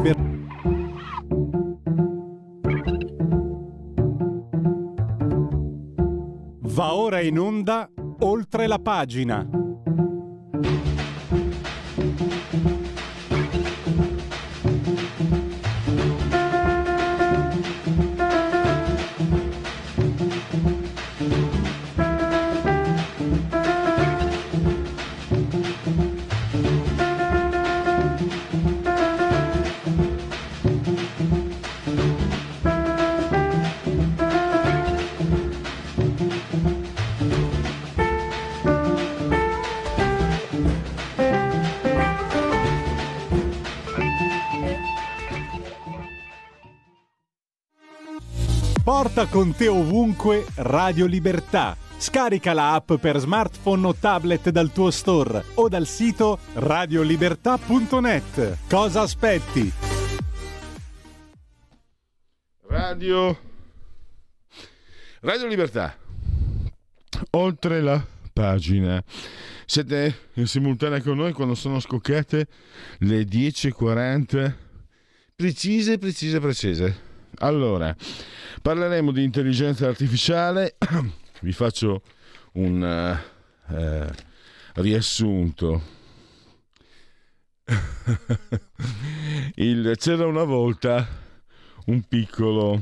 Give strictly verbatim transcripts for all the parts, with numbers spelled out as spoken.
Libertà. Va ora in onda Oltre la pagina. Porta con te ovunque Radio Libertà. Scarica la app per smartphone o tablet dal tuo store o dal sito radiolibertà punto net. Cosa aspetti? Radio Radio Libertà. Oltre la pagina. Siete in simultanea con noi quando sono scoccate le dieci e quaranta. Precise, precise, precise. Allora, parleremo di intelligenza artificiale. Vi faccio un uh, uh, riassunto. Il, c'era una volta un piccolo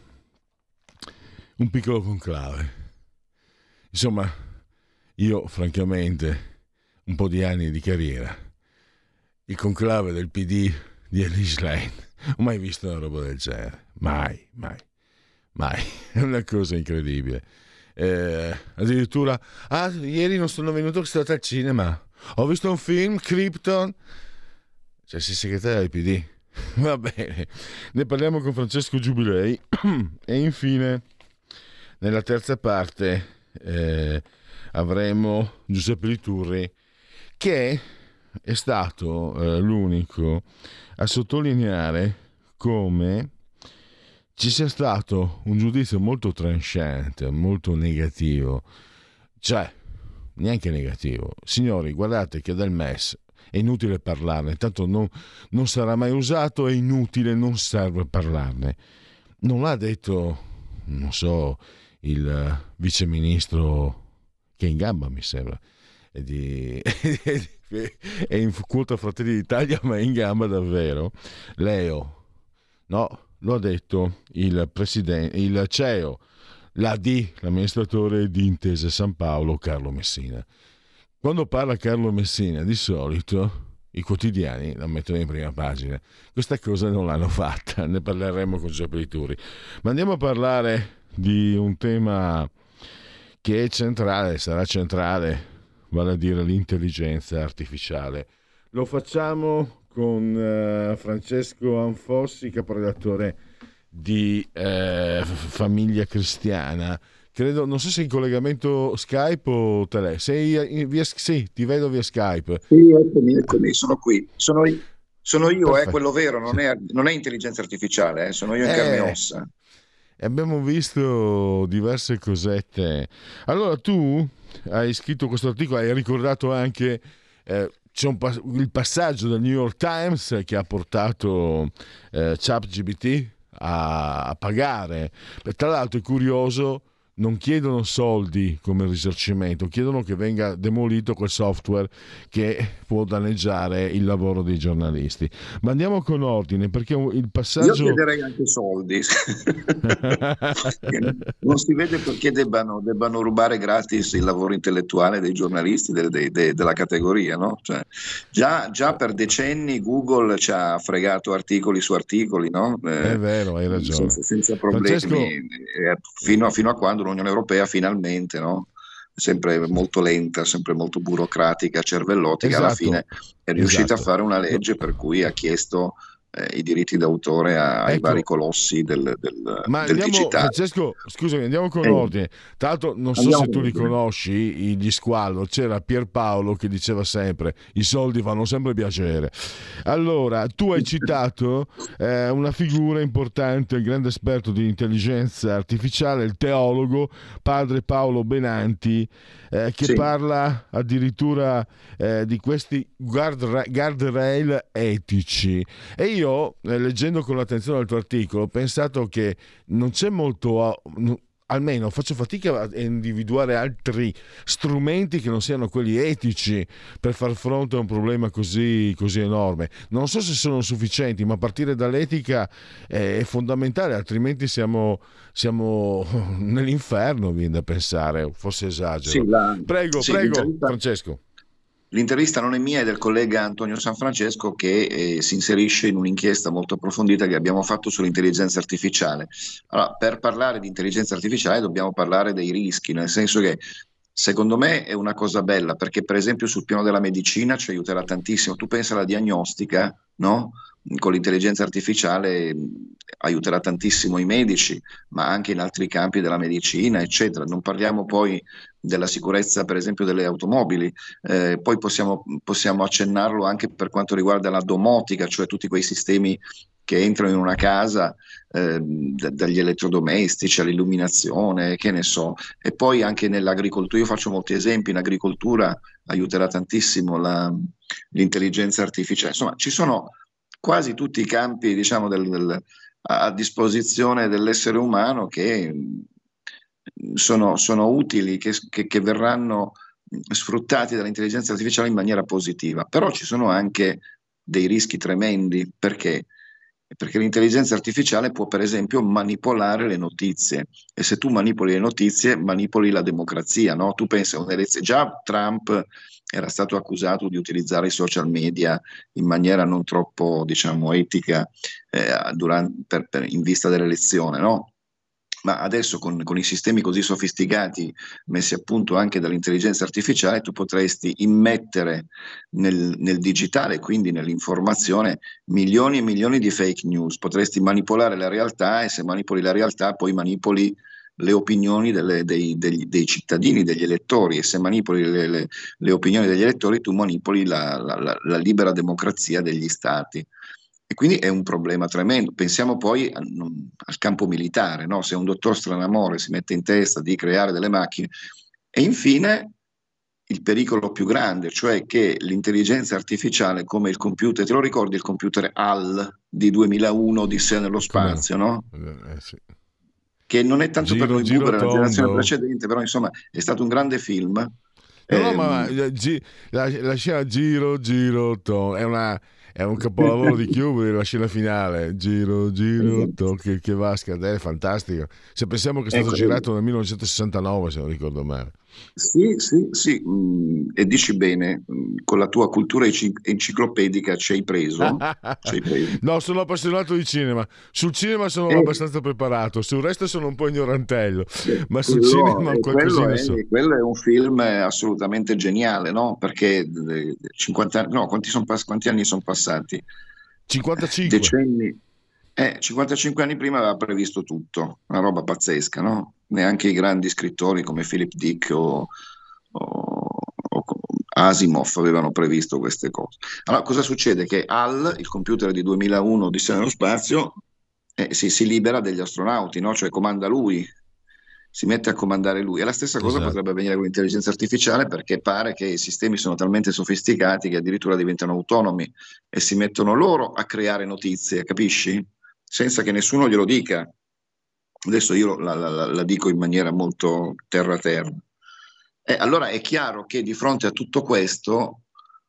un piccolo conclave. Insomma, io francamente un po' di anni di carriera, il conclave del P D di Elise Lane, ho mai visto una roba del genere, mai, mai, mai. È una cosa incredibile. Eh, addirittura, ah, ieri non sono venuto, sono stato al cinema, ho visto un film, Krypton. Cioè, sei segretario del P D. Va bene, ne parliamo con Francesco Giubilei. E infine, nella terza parte, eh, avremo Giuseppe Liturri, che è stato eh, l'unico a sottolineare come ci sia stato un giudizio molto tranchant, molto negativo, cioè neanche negativo. Signori, guardate che del M E S è inutile parlarne, tanto non, non sarà mai usato, è inutile, non serve parlarne. Non l'ha detto, non so, il viceministro che è in gamba, mi sembra, è, di, è in quota Fratelli d'Italia, ma è in gamba davvero, Leo. No, lo ha detto il presidente, il C E O, l'A D, l'amministratore di Intesa San Paolo, Carlo Messina. Quando parla Carlo Messina, di solito i quotidiani la mettono in prima pagina. Questa cosa non l'hanno fatta, ne parleremo con Giuseppe Liturri. Ma andiamo a parlare di un tema che è centrale, sarà centrale, vale a dire l'intelligenza artificiale. Lo facciamo con uh, Francesco Anfossi, caporedattore di uh, Famiglia Cristiana. Credo, non so se in collegamento Skype o tele. Sei in, via, sì, ti vedo via Skype. Sì, eccomi, eccomi, sono qui. Sono, sono io, è eh, quello vero, non è, non è intelligenza artificiale, eh, sono io in eh, carne e ossa. Abbiamo visto diverse cosette. Allora, tu hai scritto questo articolo, hai ricordato anche eh, c'è un pas- il passaggio del New York Times che ha portato eh, ChatGPT a, a pagare. Tra l'altro è curioso, non chiedono soldi come risarcimento, chiedono che venga demolito quel software che può danneggiare il lavoro dei giornalisti. Ma andiamo con ordine, perché il passaggio... Io chiederei anche soldi. Non si vede perché debbano, debbano rubare gratis il lavoro intellettuale dei giornalisti de, de, de, della categoria, no? Cioè, già, già per decenni Google ci ha fregato articoli su articoli, no? Eh, è vero, hai ragione. Senza, senza problemi, Francesco... fino, a, fino a quando l'Unione Europea finalmente, no? Sempre molto lenta, sempre molto burocratica, cervellotica, esatto, alla fine è riuscita esatto. a fare una legge per cui ha chiesto eh, i diritti d'autore a, ai ecco. vari colossi del, del, Ma del andiamo, digitale. Francesco, scusami, andiamo con eh. ordine. Tra l'altro non so andiamo se tu li conosci, gli Squalo, c'era Pierpaolo che diceva sempre i soldi fanno sempre piacere. Allora, tu hai citato eh, una figura importante, il grande esperto di intelligenza artificiale, il teologo padre Paolo Benanti, eh, che sì. parla addirittura eh, di questi guard- guardrail etici. E io io, eh, leggendo con attenzione il tuo articolo, ho pensato che non c'è molto... A, no, almeno faccio fatica a individuare altri strumenti che non siano quelli etici per far fronte a un problema così, così enorme. Non so se sono sufficienti, ma partire dall'etica è fondamentale, altrimenti siamo, siamo nell'inferno, viene da pensare, forse esagero. Sì, la... Prego, sì, prego, Francesco. L'intervista non è mia, è del collega Antonio Sanfrancesco, che eh, si inserisce in un'inchiesta molto approfondita che abbiamo fatto sull'intelligenza artificiale. Allora, per parlare di intelligenza artificiale dobbiamo parlare dei rischi, nel senso che secondo me è una cosa bella, perché per esempio sul piano della medicina ci aiuterà tantissimo. Tu pensa alla diagnostica, no? Con l'intelligenza artificiale mh, aiuterà tantissimo i medici, ma anche in altri campi della medicina, eccetera. Non parliamo poi della sicurezza, per esempio, delle automobili. Eh, poi possiamo, possiamo accennarlo anche per quanto riguarda la domotica, cioè tutti quei sistemi che entrano in una casa, eh, d- dagli elettrodomestici all'illuminazione, che ne so. E poi anche nell'agricoltura, io faccio molti esempi, in agricoltura aiuterà tantissimo la- l'intelligenza artificiale. Insomma, ci sono quasi tutti i campi, diciamo, del, del- a a disposizione dell'essere umano che mh, sono, sono utili, che, che- che verranno mh, sfruttati dall'intelligenza artificiale in maniera positiva. Però ci sono anche dei rischi tremendi, perché? Perché l'intelligenza artificiale può, per esempio, manipolare le notizie, e se tu manipoli le notizie, manipoli la democrazia, no? Tu pensi a un'elezione, già Trump era stato accusato di utilizzare i social media in maniera non troppo, diciamo, etica, eh, durante- per- per- in vista dell'elezione, no? Ma adesso con, con i sistemi così sofisticati messi a punto anche dall'intelligenza artificiale, tu potresti immettere nel, nel digitale, quindi nell'informazione, milioni e milioni di fake news. Potresti manipolare la realtà, e se manipoli la realtà poi manipoli le opinioni delle- dei, degli- dei cittadini, degli elettori, e se manipoli le, le- le opinioni degli elettori tu manipoli la, la- la- la libera democrazia degli stati. E quindi è un problema tremendo. Pensiamo poi a- non- al campo militare, no? Se un dottor Stranamore si mette in testa di creare delle macchine. E infine il pericolo più grande, cioè che l'intelligenza artificiale, come il computer, te lo ricordi il computer H A L di duemilauno, Odissea nello Come no? spazio, no? Eh, sì. Che non è tanto per Giro, noi giro boomer, la generazione tondo. precedente, però insomma è stato un grande film. No, no, ma Ehm, eh, gi- la, la scena giro, giro, to, è, una, è un capolavoro di Kubrick, la scena finale, giro, giro, to, che, che va a scadere, è fantastico. Se pensiamo che è stato ecco, girato nel millenovecentosessantanove, se non ricordo male. sì, sì, sì, mh, e dici bene, mh, con la tua cultura enci- enciclopedica ci hai preso, ci hai preso. No, sono appassionato di cinema. Sul cinema sono E, abbastanza preparato, sul resto sono un po' ignorantello, eh, ma sul quello, cinema eh, quello qualcosina so. è, quello è un film assolutamente geniale, no? Perché eh, cinquanta anni, no, quanti, son pass- quanti anni sono passati? cinquantacinque. Decenni. Eh, cinquantacinque anni prima aveva previsto tutto, una roba pazzesca, no? Neanche i grandi scrittori come Philip Dick o, o- o Asimov avevano previsto queste cose. Allora, cosa succede? Che H A L, il computer di duemilauno, Odissea nello spazio, eh, si, si libera degli astronauti, no? Cioè comanda lui, si mette a comandare lui. E la stessa cosa Esatto. potrebbe avvenire con l'intelligenza artificiale, perché pare che i sistemi sono talmente sofisticati che addirittura diventano autonomi e si mettono loro a creare notizie, capisci? Senza che nessuno glielo dica. Adesso io la, la- la- la dico in maniera molto terra-terra. E allora è chiaro che di fronte a tutto questo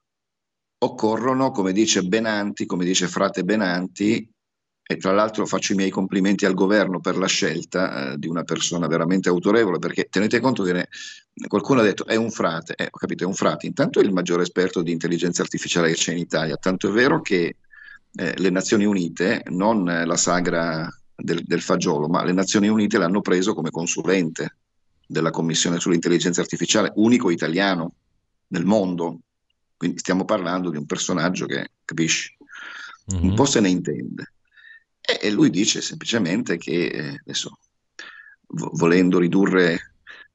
occorrono, come dice Benanti, come dice frate Benanti, e tra l'altro faccio i miei complimenti al governo per la scelta eh, di una persona veramente autorevole, perché tenete conto che ne- qualcuno ha detto è un frate, eh, ho capito, è un frate, intanto è il maggiore esperto di intelligenza artificiale che c'è in Italia, tanto è vero che eh, le Nazioni Unite, non eh, la sagra del, del fagiolo, ma le Nazioni Unite l'hanno preso come consulente della Commissione sull'intelligenza artificiale, unico italiano nel mondo. Quindi stiamo parlando di un personaggio che, capisci, un Mhm. po' se ne intende. E, e lui dice semplicemente che, eh, adesso, vo- volendo ridurre eh,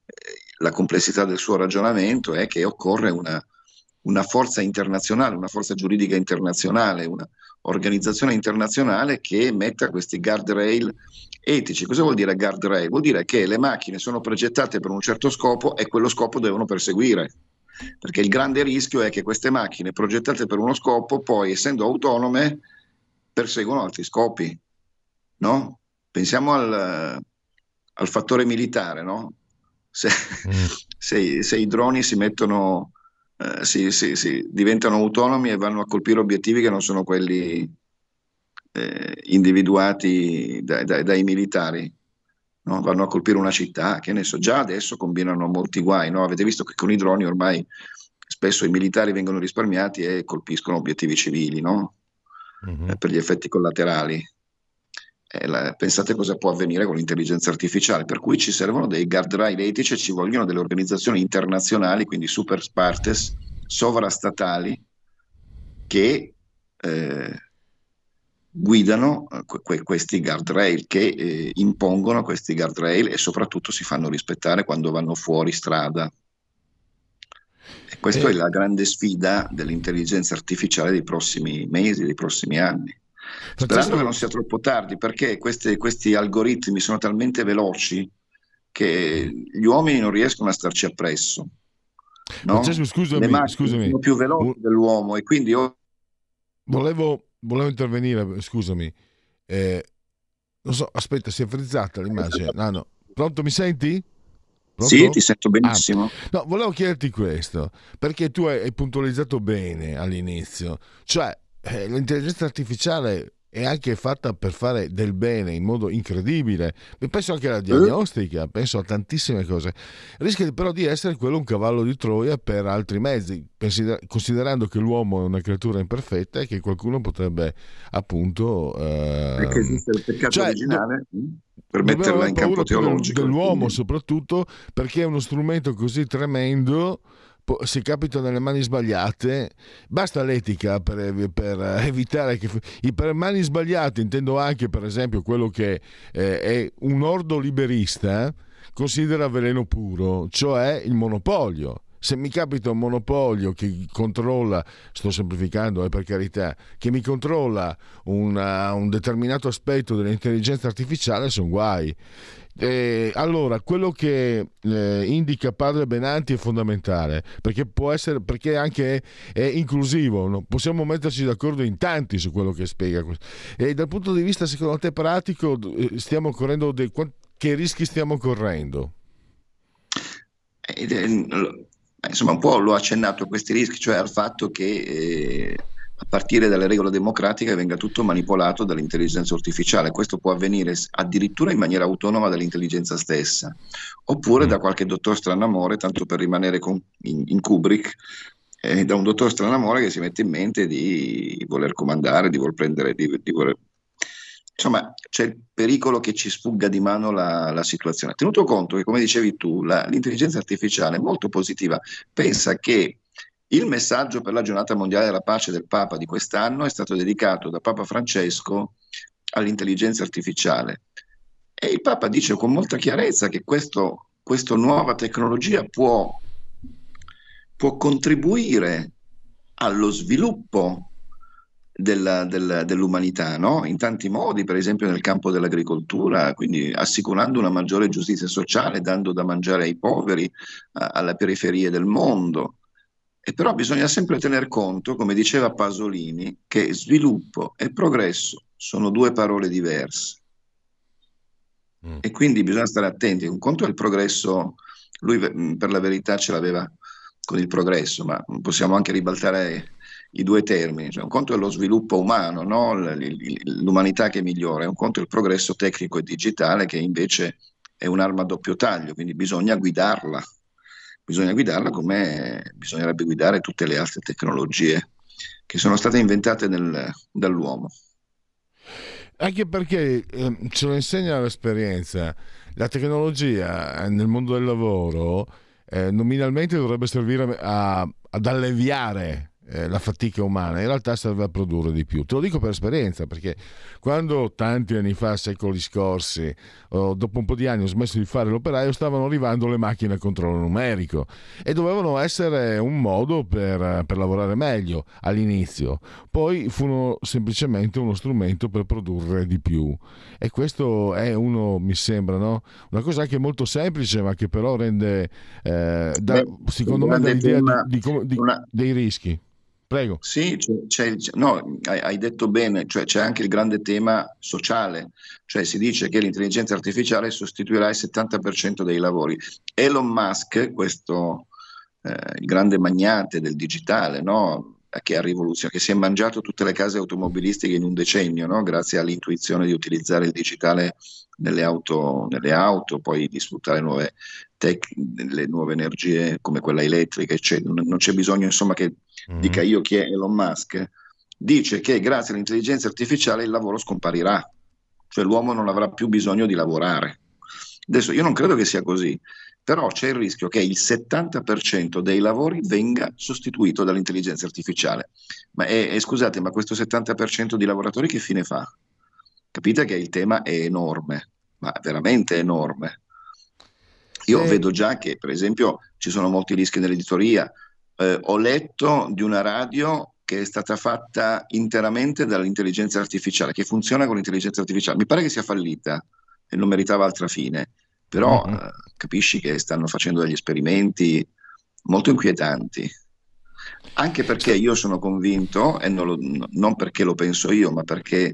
la complessità del suo ragionamento, è che occorre una, una forza internazionale, una forza giuridica internazionale, una organizzazione internazionale che metta questi guardrail etici. Cosa vuol dire guardrail? Vuol dire che le macchine sono progettate per un certo scopo e quello scopo devono perseguire. Perché il grande rischio è che queste macchine progettate per uno scopo, poi essendo autonome, perseguono altri scopi, no? Pensiamo al, al fattore militare, no? Se, Mm. se, se i droni si mettono, eh, si, si- si- diventano autonomi e vanno a colpire obiettivi che non sono quelli eh, individuati dai, dai- dai militari, no? Vanno a colpire una città, che ne so, già adesso combinano molti guai, no? Avete visto che con i droni ormai spesso i militari vengono risparmiati e colpiscono obiettivi civili, no? Eh, Mhm. per gli effetti collaterali. Eh, la- pensate cosa può avvenire con l'intelligenza artificiale, per cui ci servono dei guardrail etici e ci vogliono delle organizzazioni internazionali, quindi super partes, sovrastatali, che eh, guidano eh, que- que- questi guardrail, che eh, impongono questi guardrail e soprattutto si fanno rispettare quando vanno fuori strada. E questa è E, la grande sfida dell'intelligenza artificiale dei prossimi mesi, dei prossimi anni. Sperando che non Francesco, sia troppo tardi, perché queste- questi algoritmi sono talmente veloci che gli uomini non riescono a starci appresso, Francesco, no? Le scusami, macchine scusami, sono più veloci un- dell'uomo e quindi io- volevo, volevo intervenire, scusami. Eh, non so, aspetta, si è frizzata l'immagine. No, no. Pronto, mi senti? sì, ti Pronto? sento Ah, benissimo. no, volevo chiederti questo, perché tu hai, hai puntualizzato bene all'inizio, cioè eh, l'intelligenza artificiale è anche fatta per fare del bene in modo incredibile. E penso anche alla Eh? diagnostica, penso a tantissime cose. Rischia però di essere quello un cavallo di Troia per altri mezzi, consider- considerando che l'uomo è una creatura imperfetta e che qualcuno potrebbe appunto... Perché ehm, esiste il peccato cioè, do- originale, mm? Per dobbiamo metterla aver in paura campo più del- teologico. E dell'uomo quindi- soprattutto perché è uno strumento così tremendo. po- Se capita nelle mani sbagliate, basta l'etica per, per evitare che i per mani sbagliate, intendo anche per esempio quello che eh, è un ordo liberista, eh, considera veleno puro, cioè il monopolio. Se mi capita un monopolio che controlla, sto semplificando eh, per carità, che mi controlla una- un determinato aspetto dell'intelligenza artificiale, sono guai. Eh, allora, quello che eh, indica Padre Benanti è fondamentale perché può essere, perché anche è, è inclusivo, no? Possiamo metterci d'accordo in tanti su quello che spiega. E dal punto di vista, secondo te, pratico, eh, stiamo correndo dei, quan- che rischi stiamo correndo? Ed è- insomma, un po' l'ho accennato a questi rischi, cioè al fatto che eh, a partire dalle regole democratiche venga tutto manipolato dall'intelligenza artificiale. Questo può avvenire s- addirittura in maniera autonoma dall'intelligenza stessa, oppure Mm. da qualche dottor Stranamore, tanto per rimanere con- in, in Kubrick, eh, da un dottor Stranamore che si mette in mente di voler comandare, di voler prendere, di, di voler... Insomma, c'è il pericolo che ci sfugga di mano la, la situazione. Tenuto conto che, come dicevi tu, la- l'intelligenza artificiale è molto positiva. Pensa che il messaggio per la giornata mondiale della pace del Papa di quest'anno è stato dedicato da Papa Francesco all'intelligenza artificiale. E il Papa dice con molta chiarezza che questo, questa nuova tecnologia può, può contribuire allo sviluppo della- della- dell'umanità, no? In tanti modi, per esempio nel campo dell'agricoltura, quindi assicurando una maggiore giustizia sociale, dando da mangiare ai poveri, a- alle periferie del mondo. E però bisogna sempre tener conto, come diceva Pasolini, che sviluppo e progresso sono due parole diverse. Mm. E quindi bisogna stare attenti. Un conto è il progresso, lui mh, per la verità ce l'aveva con il progresso, ma possiamo anche ribaltare i due termini. Cioè, un conto è lo sviluppo umano, no? L- l- l'umanità che migliora, e un conto è il progresso tecnico e digitale che invece è un'arma a doppio taglio, quindi bisogna guidarla. Bisogna guidarla come bisognerebbe guidare tutte le altre tecnologie che sono state inventate nel- dall'uomo. Anche perché eh, ce lo insegna l'esperienza, la tecnologia eh, nel mondo del lavoro eh, nominalmente dovrebbe servire a- ad alleviare eh, la fatica umana, in realtà serve a produrre di più. Te lo dico per esperienza, perché quando tanti anni fa, secoli scorsi, o dopo un po' di anni ho smesso di fare l'operaio, stavano arrivando le macchine a controllo numerico e dovevano essere un modo per, per lavorare meglio all'inizio. Poi furono semplicemente uno strumento per produrre di più. E questo è uno, mi sembra, no? Una cosa anche molto semplice, ma che però rende, eh, dà, Beh, un secondo me, dà grande l'idea di, tema, di come- di- una, dei rischi. Prego. Sì, c'è, c'è il- no, hai, hai detto bene, cioè c'è anche il grande tema sociale, cioè si dice che l'intelligenza artificiale sostituirà il settanta per cento dei lavori. Elon Musk, questo eh, il grande magnate del digitale, no? Che ha rivoluzionato, che si è mangiato tutte le case automobilistiche in un decennio, no? Grazie all'intuizione di utilizzare il digitale nelle auto, nelle auto, poi di sfruttare nuove, tec- le nuove energie come quella elettrica, eccetera. Non non c'è bisogno, insomma, che dica Mhm. io chi è Elon Musk, dice che grazie all'intelligenza artificiale il lavoro scomparirà, cioè l'uomo non avrà più bisogno di lavorare. Adesso io non credo che sia così, però c'è il rischio che il settanta per cento dei lavori venga sostituito dall'intelligenza artificiale. Ma è, è- scusate, ma questo settanta per cento di lavoratori che fine fa? Capite che il tema è enorme, ma veramente enorme. Io E vedo già che, per esempio, ci sono molti rischi nell'editoria. Eh, ho letto di una radio che è stata fatta interamente dall'intelligenza artificiale, che funziona con l'intelligenza artificiale. Mi pare che sia fallita e non meritava altra fine, però Mhm. eh, capisci che stanno facendo degli esperimenti molto inquietanti. Anche perché io sono convinto, e non, lo- non perché lo penso io, ma perché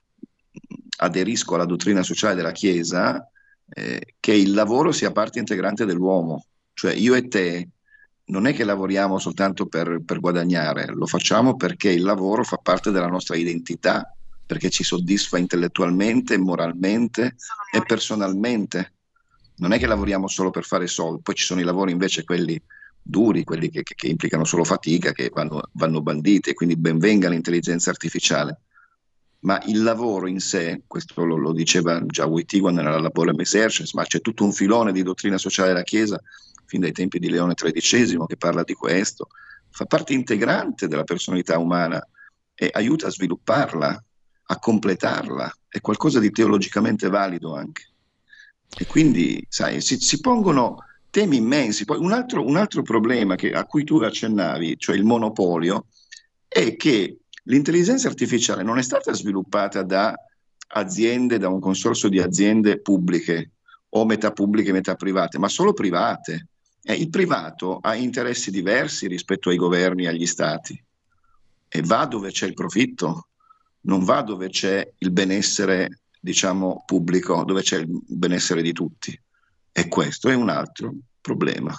aderisco alla dottrina sociale della Chiesa, eh, che il lavoro sia parte integrante dell'uomo. Cioè io e te non è che lavoriamo soltanto per, per guadagnare, lo facciamo perché il lavoro fa parte della nostra identità, perché ci soddisfa intellettualmente, moralmente e personalmente. Non è che lavoriamo solo per fare soldi, poi ci sono i lavori invece quelli duri, quelli che, che- che implicano solo fatica, che vanno, vanno banditi, e quindi ben venga l'intelligenza artificiale. Ma il lavoro in sé, questo lo, lo diceva già Wittig nella Laborem Exercens, ma c'è tutto un filone di dottrina sociale della Chiesa, fin dai tempi di Leone tredicesimo, che parla di questo, fa parte integrante della personalità umana e aiuta a svilupparla, a completarla, è qualcosa di teologicamente valido anche. E quindi, sai, si, si pongono temi immensi. Poi un altro, un altro problema che- a cui tu accennavi, cioè il monopolio, è che l'intelligenza artificiale non è stata sviluppata da aziende, da un consorzio di aziende pubbliche o metà pubbliche e metà private, ma solo private. E il privato ha interessi diversi rispetto ai governi e agli stati e va dove c'è il profitto, non va dove c'è il benessere, diciamo, pubblico, dove c'è il benessere di tutti. E questo è un altro problema.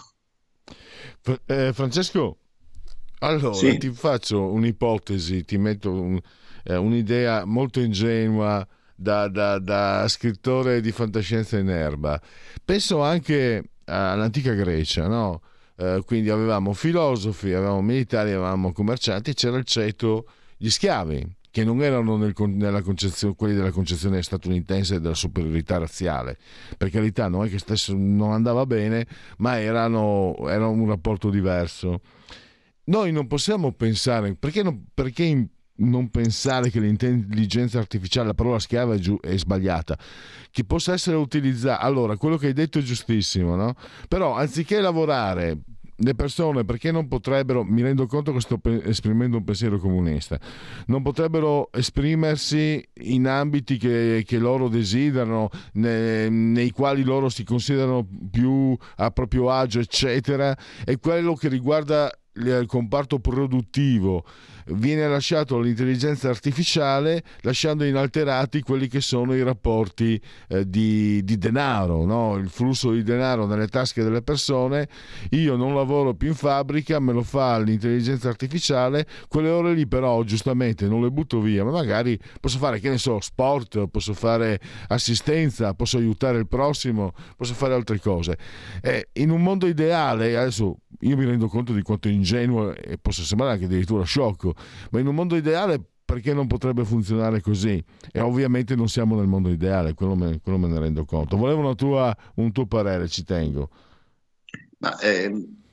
F- eh, Francesco, allora Sì, ti faccio un'ipotesi, ti metto un- eh, un'idea molto ingenua da, da- da scrittore di fantascienza in erba. Penso anche all'antica Grecia, no? Eh, quindi avevamo filosofi, avevamo militari, avevamo commercianti, e c'era il ceto, gli schiavi, che non erano nel con- nella concezione, quelli della concezione statunitense della superiorità razziale. Per carità, non è che stesso non andava bene, ma erano, era un rapporto diverso. Noi non possiamo pensare, perché non, perché in- non pensare che l'intelligenza artificiale, la parola schiava è, giu- è sbagliata, che possa essere utilizzata. Allora, quello che hai detto è giustissimo, no? Però anziché lavorare le persone, perché non potrebbero, mi rendo conto che sto pe- esprimendo un pensiero comunista, non potrebbero esprimersi in ambiti che, che loro desiderano, ne- nei quali loro si considerano più a proprio agio, eccetera, e quello che riguarda il comparto produttivo viene lasciato all'intelligenza artificiale, lasciando inalterati quelli che sono i rapporti eh, di, di denaro, no? Il flusso di denaro nelle tasche delle persone. Io non lavoro più in fabbrica, me lo fa l'intelligenza artificiale, quelle ore lì però giustamente non le butto via, ma magari posso fare, che ne so, sport, posso fare assistenza, posso aiutare il prossimo, posso fare altre cose. Eh, in un mondo ideale, adesso io mi rendo conto di quanto ingenuo e posso sembrare anche addirittura sciocco, ma in un mondo ideale perché non potrebbe funzionare così? E ovviamente non siamo nel mondo ideale, quello me, quello me ne rendo conto. Volevo una tua, un tuo parere, ci tengo. ma eh,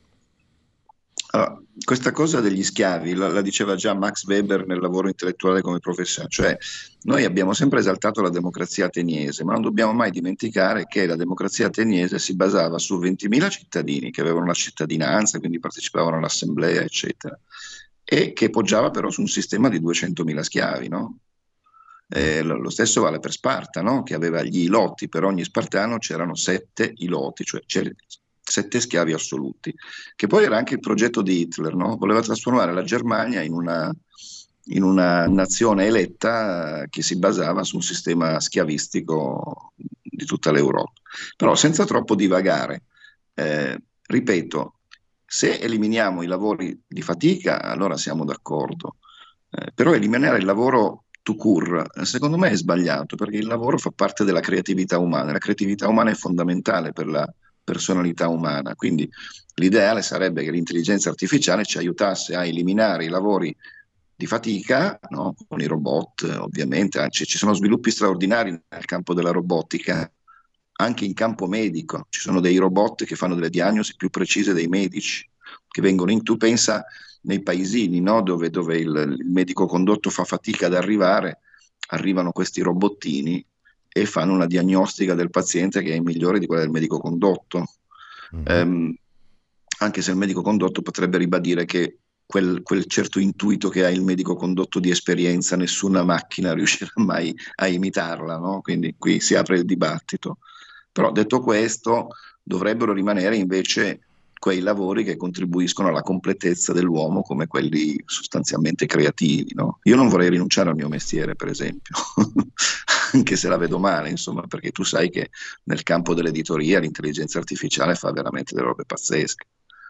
allora, questa cosa degli schiavi la, la diceva già Max Weber nel lavoro intellettuale come professione, cioè noi abbiamo sempre esaltato la democrazia ateniese, ma non dobbiamo mai dimenticare che la democrazia ateniese si basava su ventimila cittadini che avevano la cittadinanza, quindi partecipavano all'assemblea, eccetera, e che poggiava però su un sistema di duecentomila schiavi, no? Mm. Eh, lo lo stesso vale per Sparta, no? Che aveva gli iloti, per ogni spartano c'erano sette iloti, cioè c'era- sette schiavi assoluti, che poi era anche il progetto di Hitler, no? Voleva trasformare la Germania in una, in una nazione eletta che si basava su un sistema schiavistico di tutta l'Europa. Però senza troppo divagare, eh, ripeto, se eliminiamo i lavori di fatica, allora siamo d'accordo, eh, però eliminare il lavoro tout court, secondo me è sbagliato, perché il lavoro fa parte della creatività umana, la creatività umana è fondamentale per la personalità umana, quindi l'ideale sarebbe che l'intelligenza artificiale ci aiutasse a eliminare i lavori di fatica, no? Con i robot ovviamente, anzi, ci sono sviluppi straordinari nel campo della robotica, anche in campo medico, ci sono dei robot che fanno delle diagnosi più precise dei medici, che vengono in, tu pensa nei paesini, no? dove, dove il, il medico condotto fa fatica ad arrivare, arrivano questi robottini e fanno una diagnostica del paziente che è migliore di quella del medico condotto. Mm-hmm. Ehm, anche se il medico condotto potrebbe ribadire che quel, quel certo intuito che ha il medico condotto di esperienza, nessuna macchina riuscirà mai a imitarla, no? Quindi qui si apre il dibattito. Però detto questo, dovrebbero rimanere invece quei lavori che contribuiscono alla completezza dell'uomo, come quelli sostanzialmente creativi, no? Io non vorrei rinunciare al mio mestiere, per esempio, anche se la vedo male, insomma, perché tu sai che nel campo dell'editoria l'intelligenza artificiale fa veramente delle robe pazzesche.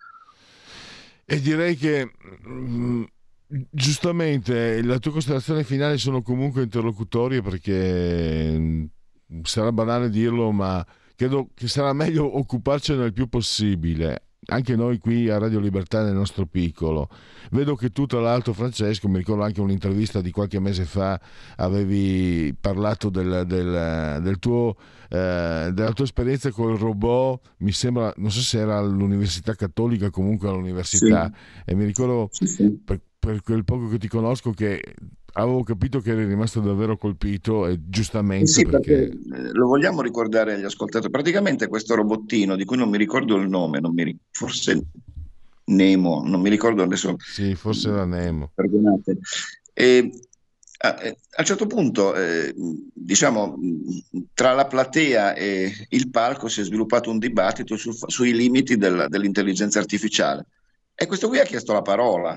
E direi che mh, giustamente la tua considerazione finale sono comunque interlocutorie, perché mh, sarà banale dirlo, ma credo che sarà meglio occuparcene il più possibile, anche noi qui a Radio Libertà nel nostro piccolo. Vedo che tu, tra l'altro, Francesco, mi ricordo anche un'intervista di qualche mese fa, avevi parlato del, del, del tuo eh, della tua esperienza con il robot, mi sembra, non so se era all'Università Cattolica, comunque all'università, sì. E mi ricordo, sì, sì. Per, per quel poco che ti conosco, che avevo capito che eri rimasto davvero colpito, e giustamente, sì, perché... perché lo vogliamo ricordare agli ascoltatori. Praticamente questo robottino, di cui non mi ricordo il nome, non mi, forse Nemo, non mi ricordo adesso. Sì, forse era Nemo. Perdonate. E, a, a un certo punto, eh, diciamo, tra la platea e il palco si è sviluppato un dibattito su, sui limiti del, dell'intelligenza artificiale. E questo qui ha chiesto la parola.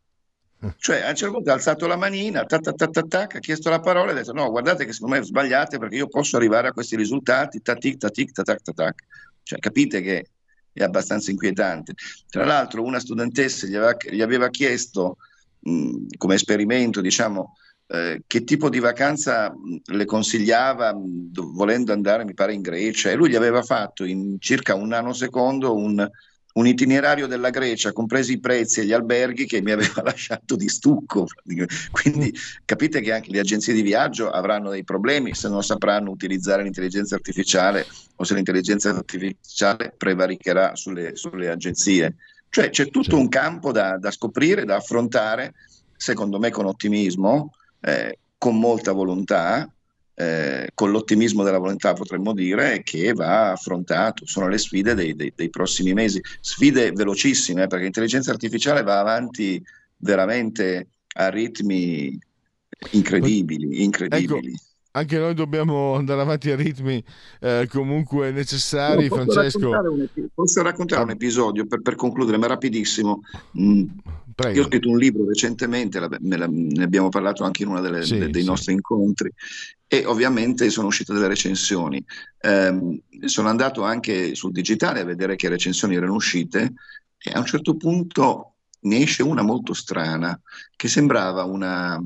Cioè a un certo punto ha alzato la manina, tac, tac, tac, tac, ha chiesto la parola e ha detto no, guardate che secondo me sbagliate, perché io posso arrivare a questi risultati, tatic, tatic, tac, tac, tac. Cioè capite che è abbastanza inquietante. Tra l'altro una studentessa gli aveva, gli aveva chiesto mh, come esperimento, diciamo, eh, che tipo di vacanza mh, le consigliava, mh, volendo andare, mi pare, in Grecia, e lui gli aveva fatto in circa un nanosecondo un un itinerario della Grecia, compresi i prezzi e gli alberghi, che mi aveva lasciato di stucco. Quindi capite che anche le agenzie di viaggio avranno dei problemi se non sapranno utilizzare l'intelligenza artificiale, o se l'intelligenza artificiale prevaricherà sulle, sulle agenzie. Cioè c'è tutto un campo da, da scoprire, da affrontare, secondo me con ottimismo, eh, con molta volontà, Eh, con l'ottimismo della volontà, potremmo dire, che va affrontato. Sono le sfide dei, dei, dei prossimi mesi, sfide velocissime, eh, perché l'intelligenza artificiale va avanti veramente a ritmi incredibili, incredibili. Ecco, anche noi dobbiamo andare avanti a ritmi eh, comunque necessari. No, posso Francesco, raccontare un, posso raccontare ah. un episodio per, per concludere, ma rapidissimo. Mm. Prego. Io ho scritto un libro recentemente, la, me la, ne abbiamo parlato anche in uno delle, sì, de, dei sì. nostri incontri, e ovviamente sono uscite delle recensioni. Eh, sono andato anche sul digitale a vedere che recensioni erano uscite, e a un certo punto ne esce una molto strana, che sembrava una,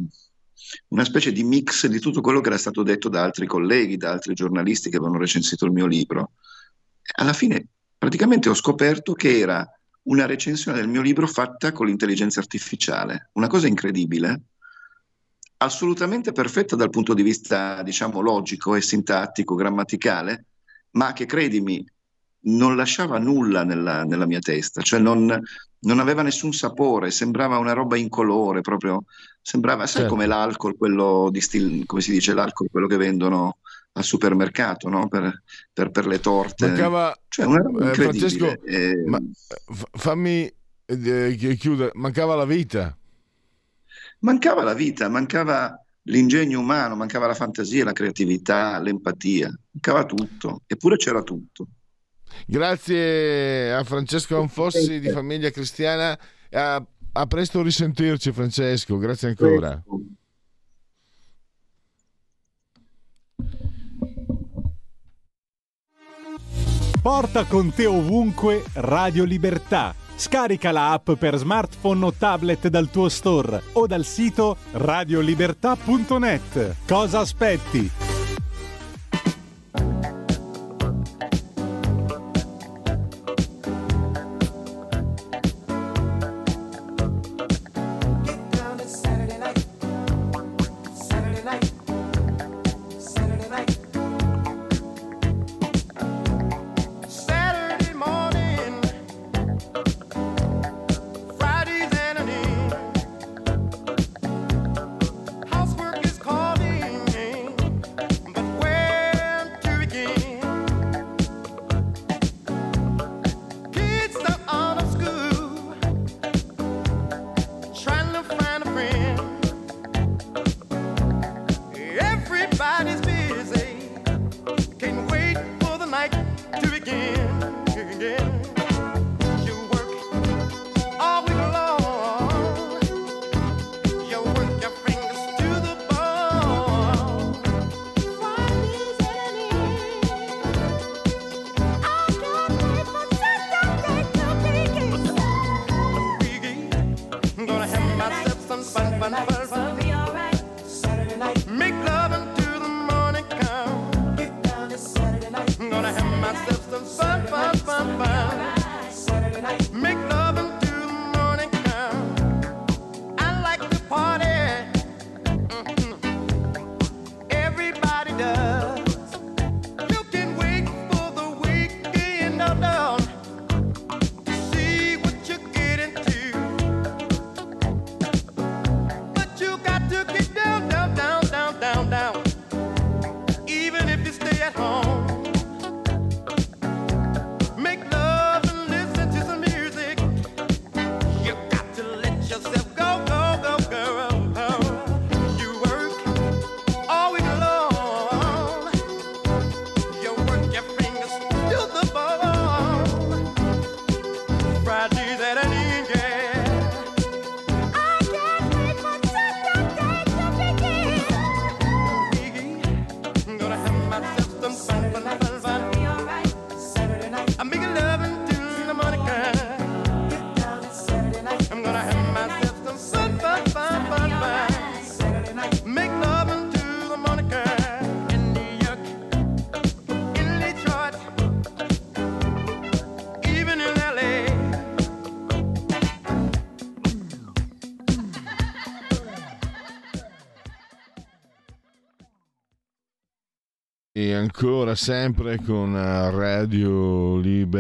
una specie di mix di tutto quello che era stato detto da altri colleghi, da altri giornalisti che avevano recensito il mio libro. Alla fine praticamente ho scoperto che era una recensione del mio libro fatta con l'intelligenza artificiale, una cosa incredibile, assolutamente perfetta dal punto di vista, diciamo, logico e sintattico, grammaticale, ma che, credimi, non lasciava nulla nella, nella mia testa, cioè non, non aveva nessun sapore, sembrava una roba incolore, proprio, sembrava, sai, certo. come l'alcol, quello di stil, come si dice, l'alcol, quello che vendono al supermercato, no? per, per, per le torte. Mancava, cioè, una roba eh, Francesco, eh, ma, f- fammi eh, chiudere, mancava la vita. Mancava la vita, mancava l'ingegno umano, mancava la fantasia, la creatività, l'empatia, mancava tutto, eppure c'era tutto. Grazie a Francesco Anfossi di Famiglia Cristiana. A, a presto risentirci, Francesco. Grazie ancora. Porta con te ovunque Radio Libertà. Scarica la app per smartphone o tablet dal tuo store o dal sito radio libertà punto net. Cosa aspetti? E ancora sempre con Radio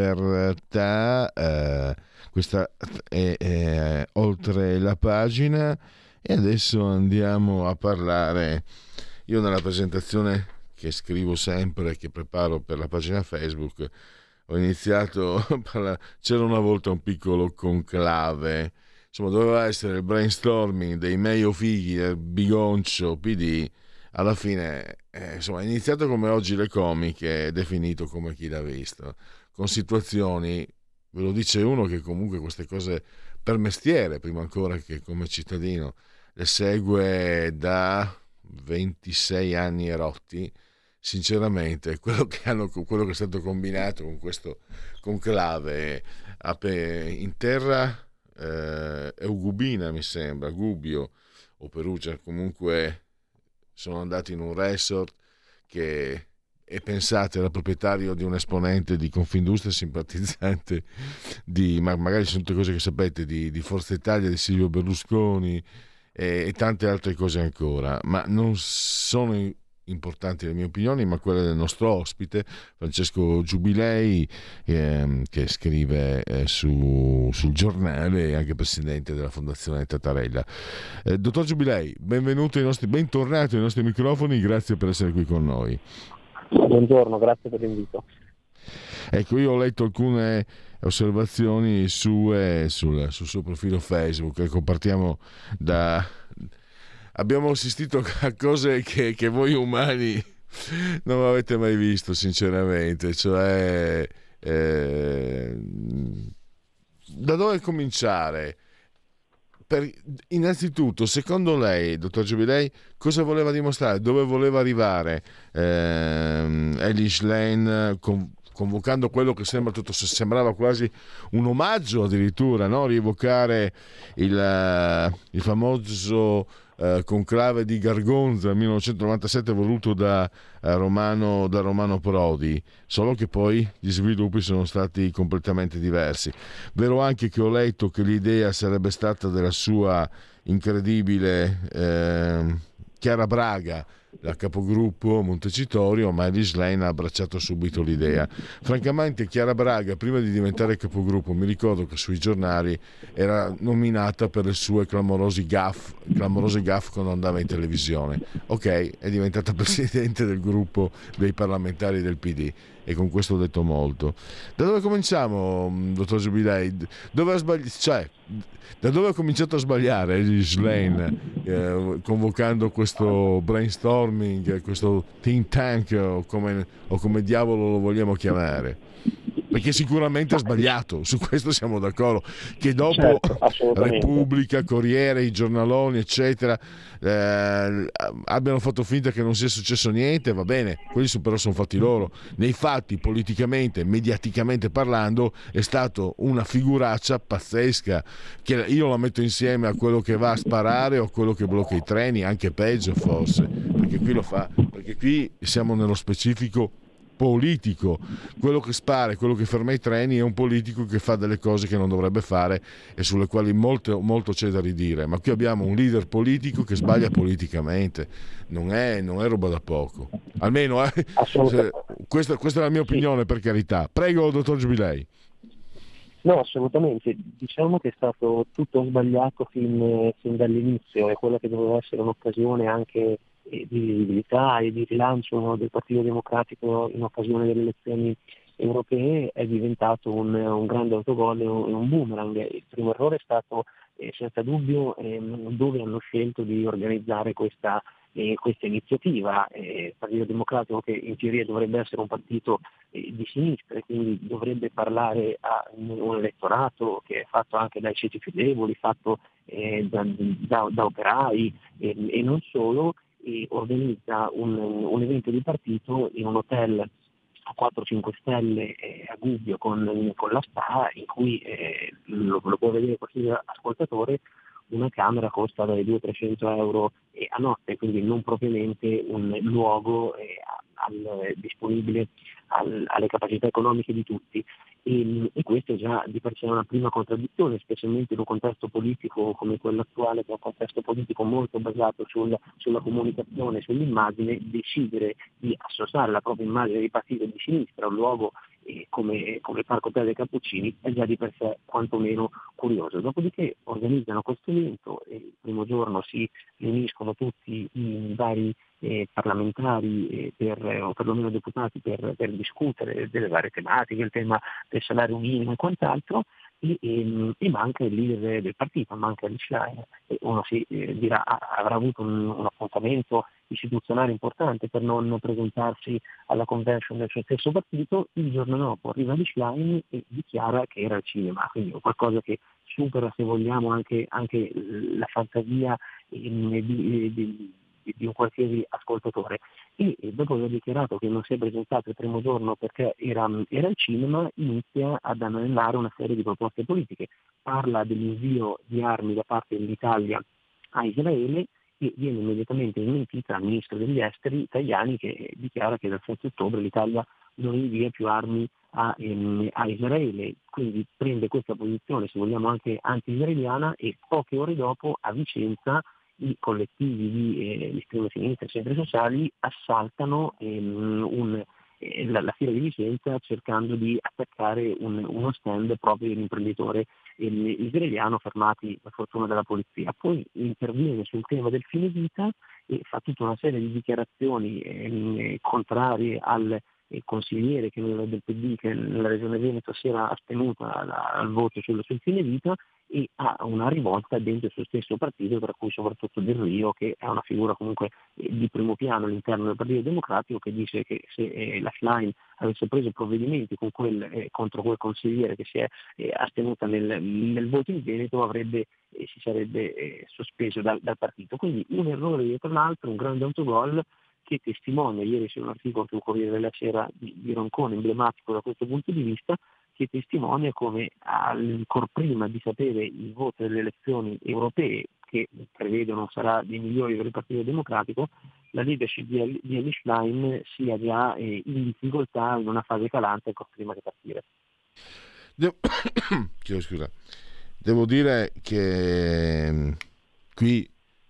Libertà, eh, questa è, è oltre la pagina, e adesso andiamo a parlare. Io nella presentazione che scrivo sempre, che preparo per la pagina Facebook, ho iniziato a parlare. C'era una volta un piccolo conclave, insomma doveva essere il brainstorming dei meglio fighi del Bigoncio P D. Alla fine, eh, insomma, è iniziato come oggi le comiche, ed è finito come chi l'ha visto, con situazioni, ve lo dice uno che comunque queste cose per mestiere, prima ancora che come cittadino, le segue da ventisei anni e rotti. Sinceramente, quello che, hanno, quello che è stato combinato con questo conclave in terra eh, Eugubina, mi sembra, Gubbio o Perugia, comunque sono andati in un resort che, e pensate, era proprietario di un esponente di Confindustria, simpatizzante di, ma magari sono tutte cose che sapete, di, di Forza Italia, di Silvio Berlusconi e, e tante altre cose ancora, ma non sono importanti le mie opinioni, ma quelle del nostro ospite Francesco Giubilei, ehm, che scrive eh, su, sul giornale e anche presidente della Fondazione Tattarella. Eh, dottor Giubilei, benvenuto ai nostri, bentornato ai nostri microfoni, grazie per essere qui con noi. Buongiorno, grazie per l'invito. Ecco, io ho letto alcune osservazioni sue sul, sul suo profilo Facebook. Ecco, partiamo da... Abbiamo assistito a cose che, che voi umani non avete mai visto, sinceramente, cioè Eh, da dove cominciare? Per, innanzitutto, secondo lei, dottor Giubilei, cosa voleva dimostrare? Dove voleva arrivare ehm, Elly Schlein con, convocando quello che sembra tutto, sembrava quasi un omaggio addirittura, no? Rievocare il, il famoso eh, conclave di Gargonza nel millenovecentonovantasette voluto da, eh, Romano, da Romano Prodi, solo che poi gli sviluppi sono stati completamente diversi. Vero anche che ho letto che l'idea sarebbe stata della sua incredibile eh, Chiara Braga, la capogruppo Montecitorio, ma Elly Schlein ha abbracciato subito l'idea. Francamente Chiara Braga, prima di diventare capogruppo, mi ricordo che sui giornali era nominata per le sue clamorosi gaff, clamorose gaff quando andava in televisione. Ok, è diventata presidente del gruppo dei parlamentari del P D, e con questo ho detto molto. Da dove cominciamo, dottor Giubilei? Dove ha sbagliato? Cioè, da dove ha cominciato a sbagliare Elly Schlein eh, convocando questo brainstorming, questo think tank, o come, o come diavolo lo vogliamo chiamare? Perché sicuramente ha sbagliato, su questo siamo d'accordo, che dopo certo, Repubblica, Corriere, i giornaloni eccetera eh, abbiano fatto finta che non sia successo niente, va bene, quelli però sono fatti loro. Nei fatti, politicamente, mediaticamente parlando, è stato una figuraccia pazzesca, che io la metto insieme a quello che va a sparare o a quello che blocca i treni, anche peggio forse, perché qui lo fa, perché qui siamo nello specifico politico. Quello che spara, quello che ferma i treni è un politico che fa delle cose che non dovrebbe fare e sulle quali molto, molto c'è da ridire, ma qui abbiamo un leader politico che sbaglia politicamente, non è, non è roba da poco, almeno eh, se, questa, questa è la mia opinione, sì. Per carità, prego dottor Giubilei. No, assolutamente, diciamo che è stato tutto sbagliato fin, fin dall'inizio, e quella che doveva essere un'occasione anche di visibilità e di rilancio del Partito Democratico in occasione delle elezioni europee è diventato un, un grande autogol e un, un boomerang. Il primo errore è stato eh, senza dubbio eh, dove hanno scelto di organizzare questa, eh, questa iniziativa. Eh, il Partito Democratico, che in teoria dovrebbe essere un partito eh, di sinistra e quindi dovrebbe parlare a un elettorato che è fatto anche dai ceti più deboli, fatto eh, da, da, da operai e, e non solo, e organizza un, un evento di partito in un hotel a quattro cinque stelle eh, a Gubbio con, con la spa, in cui eh, lo, lo può vedere qualsiasi ascoltatore, una camera costa dai duecento trecento euro eh, a notte, quindi non propriamente un luogo eh, al, disponibile al, alle capacità economiche di tutti. E, e questo già di per sé è una prima contraddizione, specialmente in un contesto politico come quello attuale, che è un contesto politico molto basato sul, sulla comunicazione, sull'immagine. Decidere di associare la propria immagine di partito di sinistra a un luogo eh, come, come il Parco Hotel dei Cappuccini è già di per sé quantomeno curioso. Dopodiché organizzano questo evento e il primo giorno si riuniscono tutti i vari eh, parlamentari eh, per, o perlomeno deputati per, per discutere delle varie tematiche, il tema del salario minimo e quant'altro, e, e, e manca il leader del partito, manca Elly Schlein, e uno si eh, dirà avrà avuto un, un appuntamento istituzionale importante per non presentarsi alla convention del suo stesso partito. Il giorno dopo arriva Elly Schlein e dichiara che era al cinema, quindi qualcosa che supera, se vogliamo, anche, anche la fantasia eh, di, di, di un qualsiasi ascoltatore. E, e dopo aver dichiarato che non si è presentato il primo giorno perché era, era al cinema, inizia ad analizzare una serie di proposte politiche. Parla dell'invio di armi da parte dell'Italia a Israele e viene immediatamente smentita dal ministro degli esteri Tajani, che dichiara che dal sette ottobre l'Italia non invia più armi a, ehm, a Israele, quindi prende questa posizione, se vogliamo, anche anti-israeliana, e poche ore dopo a Vicenza i collettivi di eh, estrema sinistra e centri sociali assaltano ehm, un, eh, la, la fiera di Vicenza cercando di attaccare un, uno stand proprio di un imprenditore ehm, israeliano, fermati per fortuna dalla polizia. Poi interviene sul tema del fine vita e fa tutta una serie di dichiarazioni ehm, contrarie al eh, consigliere che nel, del P D che nella regione Veneto si era astenuta alla, al voto sul, sul fine vita, e ha una rivolta dentro il suo stesso partito, tra cui soprattutto Del Rio, che è una figura comunque eh, di primo piano all'interno del Partito Democratico, che dice che se eh, la Schlein avesse preso provvedimenti con quel, eh, contro quel consigliere che si è eh, astenuta nel, nel voto in Veneto, avrebbe eh, si sarebbe eh, sospeso dal, dal partito. Quindi un errore dietro l'altro, un grande autogol che testimonia, ieri c'è un articolo sul Corriere della Sera di, di Roncone emblematico da questo punto di vista, che testimonia come ancora prima di sapere il voto delle elezioni europee, che prevedono sarà dei migliori per il Partito Democratico, la leadership di, di Elly Schlein sia già eh, in difficoltà, in una fase calante prima di partire. Devo... Scusa. Devo dire che qui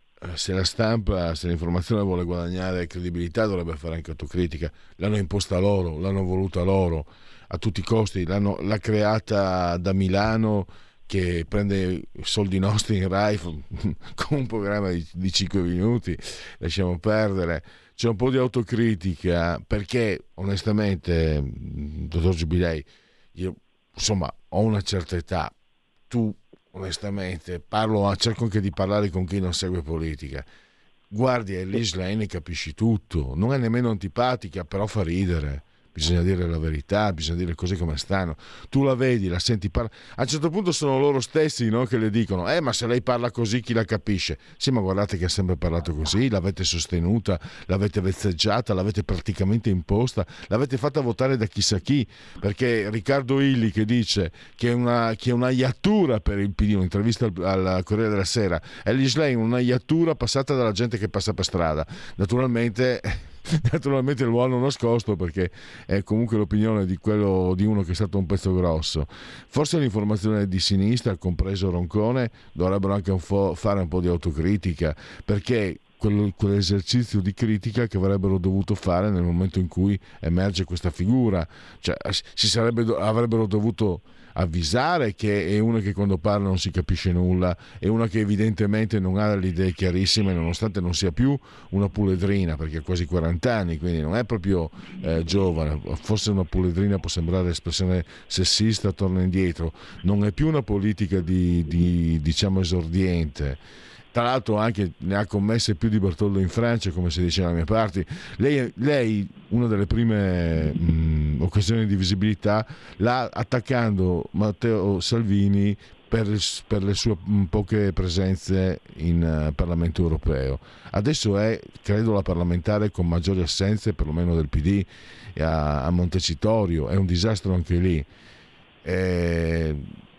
se la stampa, se l'informazione vuole guadagnare credibilità, dovrebbe fare anche autocritica. L'hanno imposta loro, l'hanno voluta loro a tutti i costi, l'hanno, l'ha creata da Milano, che prende soldi nostri in Rai con un programma di, di cinque minuti. Lasciamo perdere. C'è un po' di autocritica, perché onestamente, dottor Giubilei, io insomma ho una certa età, tu onestamente parlo, cerco anche di parlare con chi non segue politica, guardi Elly Schlein e capisci tutto, non è nemmeno antipatica, però fa ridere. Bisogna dire la verità, bisogna dire le cose come stanno. Tu la vedi, la senti parlare. A un certo punto sono loro stessi, no, che le dicono: eh, ma se lei parla così, chi la capisce? Sì, ma guardate che ha sempre parlato così, l'avete sostenuta, l'avete vezzeggiata, l'avete praticamente imposta, l'avete fatta votare da chissà chi. Perché Riccardo Illy, che dice che è una, che è una iattura per il P D, un'intervista al, al Corriere della Sera, Elly Schlein una iattura passata dalla gente che passa per strada. Naturalmente... Naturalmente lo hanno nascosto, perché è comunque l'opinione di quello di uno che è stato un pezzo grosso. Forse l'informazione di sinistra, compreso Roncone, dovrebbero anche un fo- fare un po' di autocritica, perché quello, quell'esercizio di critica che avrebbero dovuto fare nel momento in cui emerge questa figura, cioè si sarebbe, avrebbero dovuto avvisare che è una che quando parla non si capisce nulla, è una che evidentemente non ha le idee chiarissime, nonostante non sia più una puledrina, perché ha quasi quaranta anni, quindi non è proprio eh, giovane. Forse una puledrina può sembrare espressione sessista, torna indietro, non è più una politica di, di diciamo esordiente. Tra l'altro anche ne ha commesse più di Bertoldo in Francia, come si dice dalle mie parti. Lei, lei una delle prime mh, occasioni di visibilità l'ha attaccando Matteo Salvini per, per le sue mh, poche presenze in uh, Parlamento europeo. Adesso è, credo, la parlamentare con maggiori assenze, perlomeno del P D, a, a Montecitorio. È un disastro anche lì. E...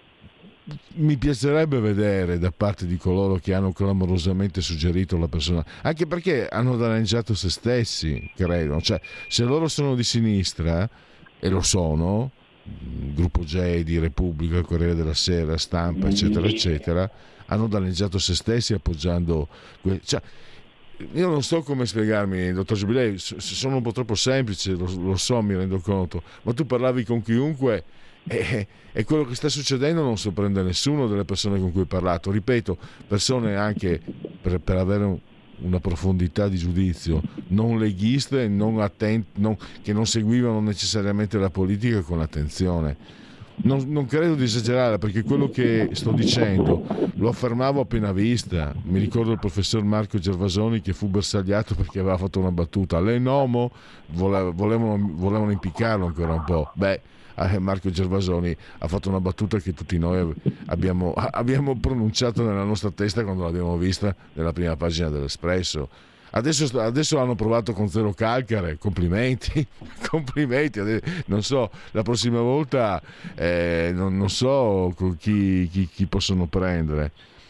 mi piacerebbe vedere da parte di coloro che hanno clamorosamente suggerito la persona, anche perché hanno danneggiato se stessi, credo. Cioè, se loro sono di sinistra, e lo sono, gruppo J di Repubblica, Corriere della Sera, Stampa, eccetera eccetera, hanno danneggiato se stessi appoggiando que- cioè, io non so come spiegarmi, dottor Giubilei, sono un po' troppo semplice, lo, lo so, mi rendo conto, ma tu parlavi con chiunque e, e quello che sta succedendo non sorprende nessuno delle persone con cui ho parlato. Ripeto, persone anche per, per avere un, una profondità di giudizio non leghiste, non attenti, non, che non seguivano necessariamente la politica con attenzione. Non, non credo di esagerare, perché quello che sto dicendo lo affermavo appena vista. Mi ricordo il professor Marco Gervasoni che fu bersagliato perché aveva fatto una battuta. L'Enomo volevano, volevano impiccarlo ancora un po'. Beh, Marco Gervasoni ha fatto una battuta che tutti noi abbiamo, abbiamo pronunciato nella nostra testa quando l'abbiamo vista nella prima pagina dell'Espresso. Adesso, adesso hanno provato con Zero Calcare, complimenti, complimenti. Non so, la prossima volta eh, non, non so chi, chi, chi possono prendere.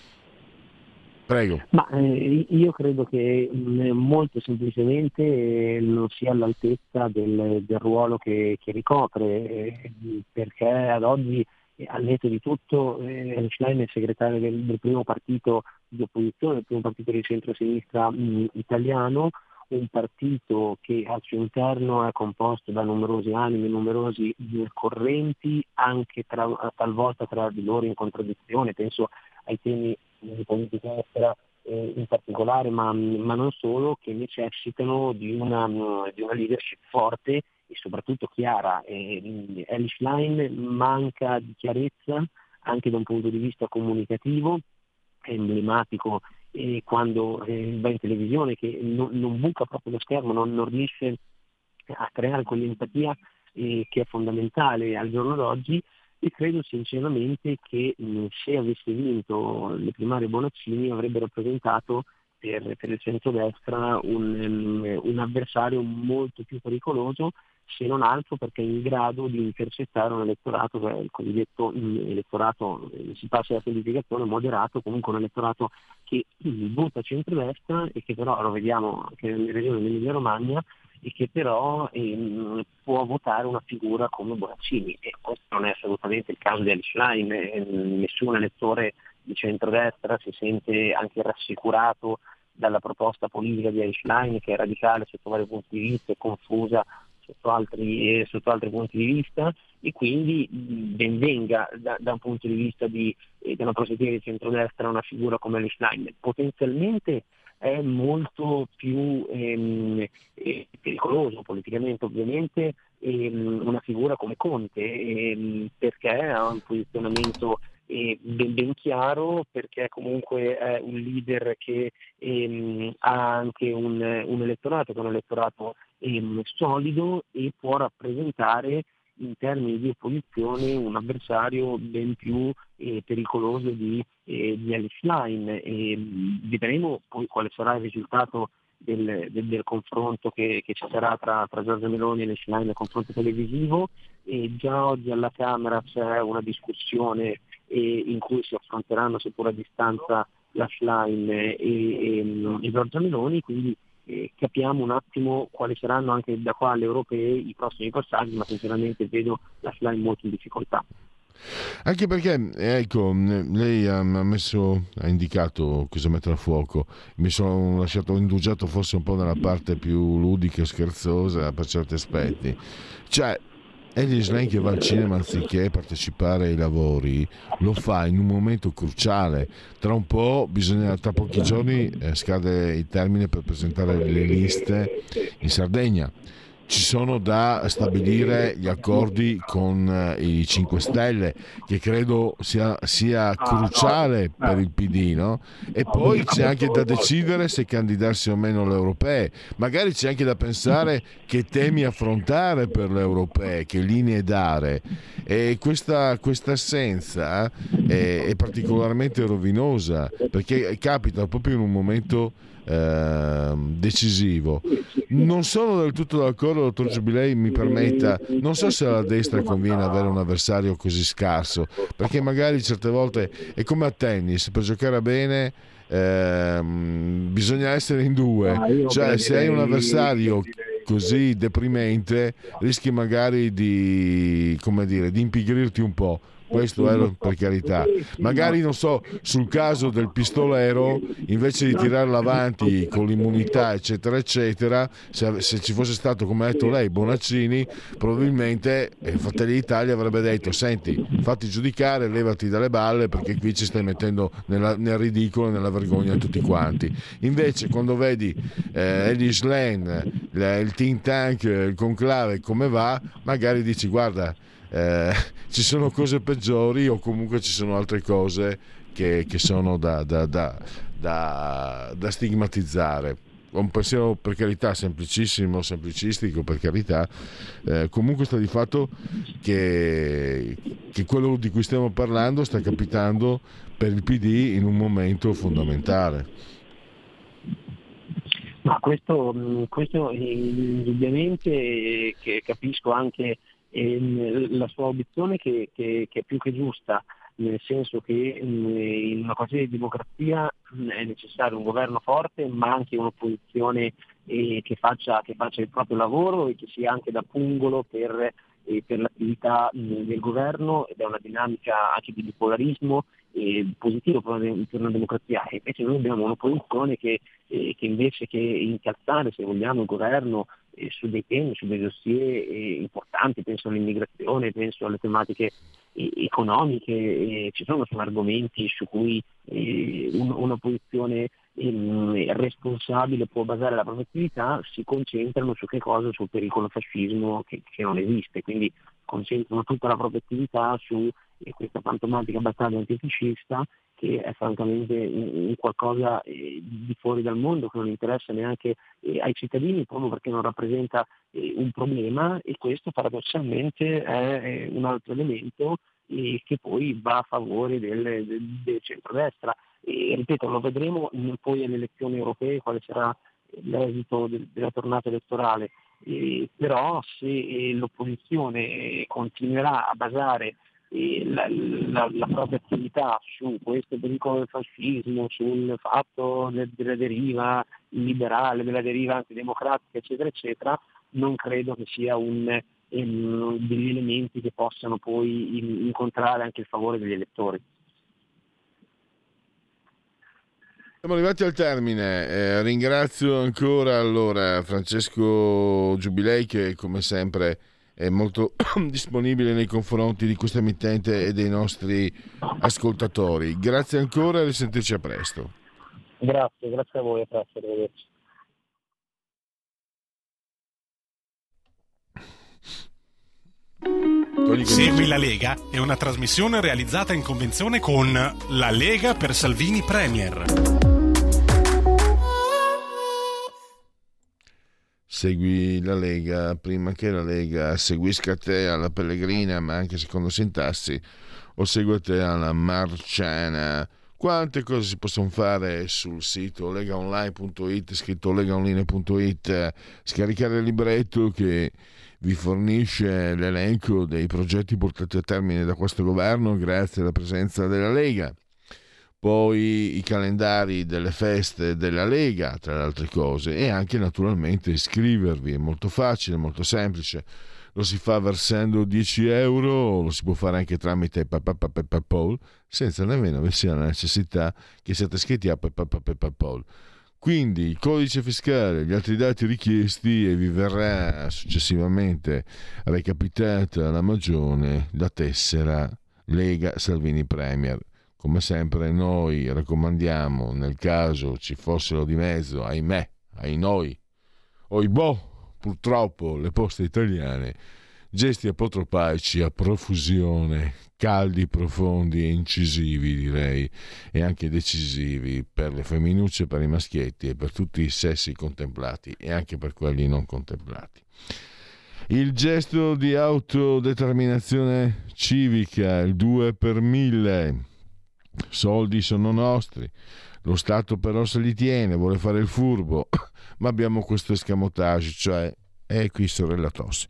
Prego. Ma eh, io credo che mh, molto semplicemente eh, non sia all'altezza del, del ruolo che, che ricopre, eh, perché ad oggi, eh, al netto di tutto, eh, Schlein è segretario del, del primo partito di opposizione, il primo partito di centro-sinistra mh, italiano, un partito che al suo interno è composto da numerosi animi, numerosi correnti, anche tra, talvolta tra di loro in contraddizione. Penso ai temi di politica estera eh, in particolare, ma, ma non solo, che necessitano di una, di una leadership forte e soprattutto chiara. Eh, Elly Schlein manca di chiarezza anche da un punto di vista comunicativo, è emblematico eh, quando eh, va in televisione che non, non buca proprio lo schermo, non, non riesce a creare quell'empatia eh, che è fondamentale al giorno d'oggi, e credo sinceramente che mh, se avesse vinto le primarie Bonaccini avrebbe rappresentato per, per il centrodestra un, um, un avversario molto più pericoloso, se non altro perché è in grado di intercettare un elettorato che è il cosiddetto mh, elettorato, eh, si passa la semplificazione, moderato, comunque un elettorato che mh, vota centrodestra e che però, lo vediamo anche nelle regioni dell'Emilia Romagna, e che però ehm, può votare una figura come Bonaccini, e questo non è assolutamente il caso di Elly Schlein. Eh, nessun elettore di centrodestra si sente anche rassicurato dalla proposta politica di Elly Schlein, che è radicale sotto vari punti di vista e confusa sotto altri, eh, sotto altri punti di vista, e quindi ben venga da, da un punto di vista di, eh, da una prospettiva di centrodestra una figura come Elly Schlein. Potenzialmente è molto più ehm, eh, pericoloso politicamente, ovviamente, ehm, una figura come Conte, ehm, perché ha un posizionamento eh, ben, ben chiaro, perché comunque è un leader che ehm, ha anche un, un elettorato che è un elettorato ehm, solido, e può rappresentare in termini di opposizione un avversario ben più eh, pericoloso di, eh, di Elly Schlein. E, mh, vedremo poi quale sarà il risultato del, del, del confronto che, che ci sarà tra, tra Giorgia Meloni e Elly Schlein, il confronto televisivo. E già oggi alla Camera c'è una discussione eh, in cui si affronteranno, seppur a distanza, la Schlein e, e, e Giorgia Meloni, quindi Eh, capiamo un attimo quali saranno anche da qua alle europee i prossimi passaggi, ma sinceramente vedo la Schlein molto in difficoltà. Anche perché, ecco, lei ha messo, ha indicato cosa mettere a fuoco. Mi sono lasciato indugiato forse un po' nella parte più ludica e scherzosa per certi aspetti. Cioè, Elly Schlein che va al cinema anziché partecipare ai lavori lo fa in un momento cruciale. Tra un po' bisogna, tra pochi giorni eh, scade il termine per presentare le liste in Sardegna. Ci sono da stabilire gli accordi con eh, i cinque Stelle, che credo sia, sia cruciale per il P D, no? E poi c'è anche da decidere se candidarsi o meno alle europee. Magari c'è anche da pensare che temi affrontare per le europee, che linee dare. E questa, questa assenza è, è particolarmente rovinosa, perché capita proprio in un momento eh, decisivo. Non sono del tutto d'accordo, dottor Giubilei, mi permetta, non so se alla destra conviene avere un avversario così scarso, perché magari certe volte è come a tennis, per giocare bene ehm, bisogna essere in due, cioè se hai un avversario così deprimente rischi magari di, come dire, di impigrirti un po'. Questo è, per carità, magari non so, sul caso del pistolero, invece di tirarlo avanti con l'immunità eccetera eccetera, se, se ci fosse stato, come ha detto lei, Bonaccini, probabilmente eh, Fratelli d'Italia avrebbe detto: senti, fatti giudicare, levati dalle balle, perché qui ci stai mettendo nella, nel ridicolo e nella vergogna tutti quanti. Invece quando vedi eh, Elly Schlein, il think tank, il conclave come va, magari dici: guarda, Eh, ci sono cose peggiori, o comunque ci sono altre cose che, che sono da, da, da, da, da stigmatizzare. Un pensiero, per carità, semplicissimo, semplicistico, per carità, eh, comunque sta di fatto che, che quello di cui stiamo parlando sta capitando per il P D in un momento fondamentale. Ma questo, questo indubbiamente, che capisco anche la sua obiezione, che, che, che è più che giusta, nel senso che in una qualsiasi democrazia è necessario un governo forte, ma anche un'opposizione eh, che, faccia, che faccia il proprio lavoro e che sia anche da pungolo per, eh, per l'attività mh, del governo, ed è una dinamica anche di bipolarismo eh, positivo per una, per una democrazia. E invece noi abbiamo un'opposizione che, eh, che invece che incalzare, se vogliamo, il governo eh, su dei temi, su dei dossier eh, importanti, penso all'immigrazione, penso alle tematiche eh, economiche, eh, ci sono, sono argomenti su cui eh, un, una posizione il responsabile può basare la propria attività, si concentrano su che cosa? Sul pericolo fascismo che, che non esiste, quindi concentrano tutta la propria attività su eh, questa fantomatica battaglia antifascista, che è francamente un, un qualcosa eh, di fuori dal mondo, che non interessa neanche eh, ai cittadini, proprio perché non rappresenta eh, un problema, e questo paradossalmente è eh, un altro elemento eh, che poi va a favore del, del, del centrodestra. E, ripeto, lo vedremo poi alle elezioni europee quale sarà l'esito del, della tornata elettorale, eh, però se eh, l'opposizione continuerà a basare eh, la, la, la propria attività su questo pericolo del fascismo, sul fatto de, della deriva liberale, della deriva antidemocratica, eccetera, eccetera, non credo che sia un, um, degli elementi che possano poi in, incontrare anche il favore degli elettori. Siamo arrivati al termine, eh, ringrazio ancora allora Francesco Giubilei, che come sempre è molto disponibile nei confronti di questa emittente e dei nostri ascoltatori. Grazie ancora e risentirci a presto. Grazie, grazie a voi, a presto, arrivederci. Segui la Lega è una trasmissione realizzata in convenzione con La Lega per Salvini Premier. Segui la Lega prima che la Lega seguisca te alla Pellegrina, ma anche secondo sintassi, o segua te alla Marciana. Quante cose si possono fare sul sito legaonline punto it, scritto legaonline punto it, scaricare il libretto che vi fornisce l'elenco dei progetti portati a termine da questo governo grazie alla presenza della Lega. Poi i calendari delle feste della Lega, tra le altre cose, e anche naturalmente iscrivervi, è molto facile, molto semplice, lo si fa versando dieci euro, lo si può fare anche tramite PayPal, senza nemmeno vi sia la necessità che siate iscritti a PayPal. Quindi il codice fiscale, gli altri dati richiesti, e vi verrà successivamente recapitata la magione, la tessera Lega Salvini Premier. Come sempre noi raccomandiamo, nel caso ci fossero di mezzo, ahimè, ai noi, oibò, purtroppo, le poste italiane, gesti apotropaici a profusione, caldi, profondi e incisivi, direi, e anche decisivi per le femminucce, per i maschietti e per tutti i sessi contemplati e anche per quelli non contemplati. Il gesto di autodeterminazione civica, il due per mille. Soldi sono nostri, lo Stato però se li tiene, vuole fare il furbo, ma abbiamo questo escamotage, cioè è qui sorella Tossi.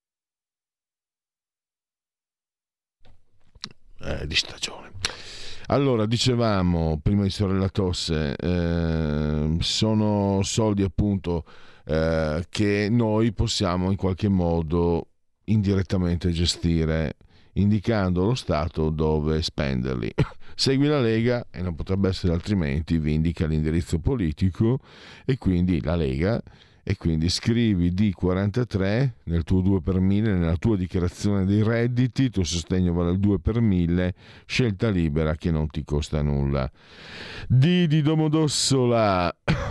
Eh, di stagione. Allora, dicevamo prima di sorella Tosse, eh, sono soldi appunto eh, che noi possiamo in qualche modo indirettamente gestire, indicando lo Stato dove spenderli. Segui la Lega, e non potrebbe essere altrimenti, vi indica l'indirizzo politico, e quindi la Lega, e quindi scrivi D quarantatré nel tuo due per mille, nella tua dichiarazione dei redditi, il tuo sostegno vale il due per mille, scelta libera che non ti costa nulla. D di Domodossola,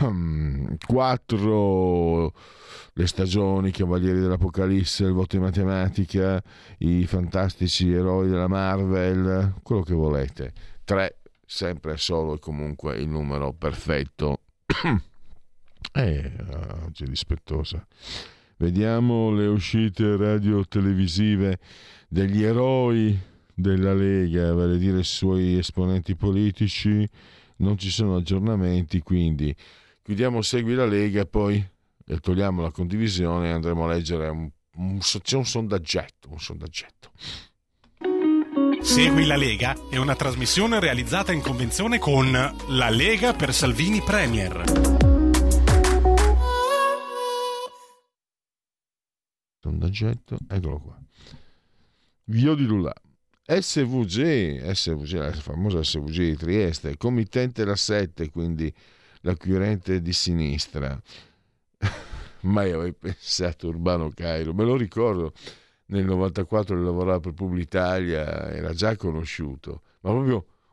quattro, le stagioni, Cavalieri dell'Apocalisse, il voto in matematica, i fantastici eroi della Marvel, quello che volete. tre, sempre solo e comunque il numero perfetto. Eh, oggi è dispettosa. Vediamo le uscite radio-televisive degli eroi della Lega, vale a dire i suoi esponenti politici. Non ci sono aggiornamenti, quindi chiudiamo Segui la Lega e poi togliamo la condivisione e andremo a leggere un, un, c'è un sondaggetto, un sondaggetto. Segui la Lega è una trasmissione realizzata in convenzione con La Lega per Salvini Premier. Sondaggetto, eccolo qua. Vio di Lula. S V G, S V G, la famosa S V G di Trieste, committente la sette, quindi l'acquirente di sinistra. Mai avevo pensato Urbano Cairo, me lo ricordo, nel novantaquattro lavorava per Publitalia, era già conosciuto, ma proprio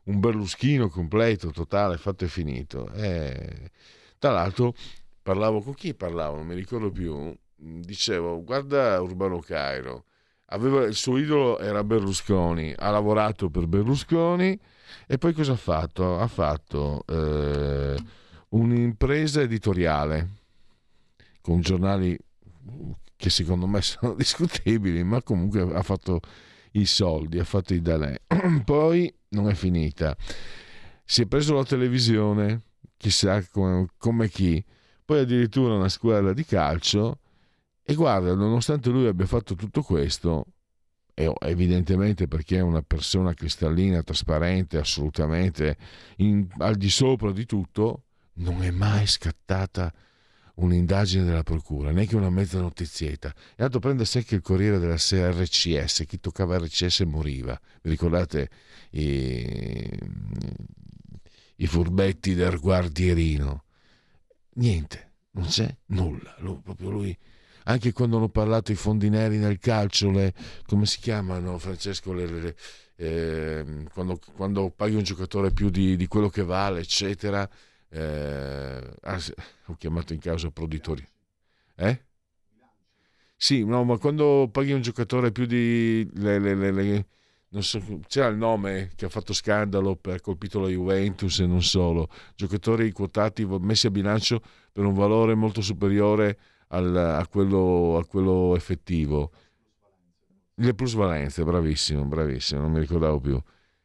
un berluschino completo, totale, fatto e finito. E, tra l'altro parlavo con chi parlavo, non mi ricordo più, dicevo guarda Urbano Cairo, aveva, il suo idolo era Berlusconi, ha lavorato per Berlusconi e poi cosa ha fatto? Ha fatto eh, un'impresa editoriale con giornali che secondo me sono discutibili, ma comunque ha fatto i soldi, ha fatto i danè. Poi non è finita, si è preso la televisione, chissà come, come chi, poi addirittura una squadra di calcio. E guarda, nonostante lui abbia fatto tutto questo, e evidentemente perché è una persona cristallina, trasparente, assolutamente in, al di sopra di tutto, non è mai scattata un'indagine della procura, neanche una mezza notizietta. E tanto prende secchio il Corriere della Sera, R C S, chi toccava R C S moriva. Vi ricordate i, i furbetti del guardierino? Niente, non c'è nulla, lui, proprio lui. Anche quando hanno parlato i fondi neri nel calcio, le, come si chiamano, Francesco, le, le, eh, quando, quando paghi un giocatore più di, di quello che vale, eccetera, eh, ah, ho chiamato in causa Proditori. Eh? Sì, no, ma quando paghi un giocatore più di... Le, le, le, le, non so, c'era il nome che ha fatto scandalo, per colpito la Juventus e non solo, giocatori quotati, messi a bilancio per un valore molto superiore Al, a, quello, a quello effettivo, le plusvalenze, bravissimo, bravissimo, non mi ricordavo più.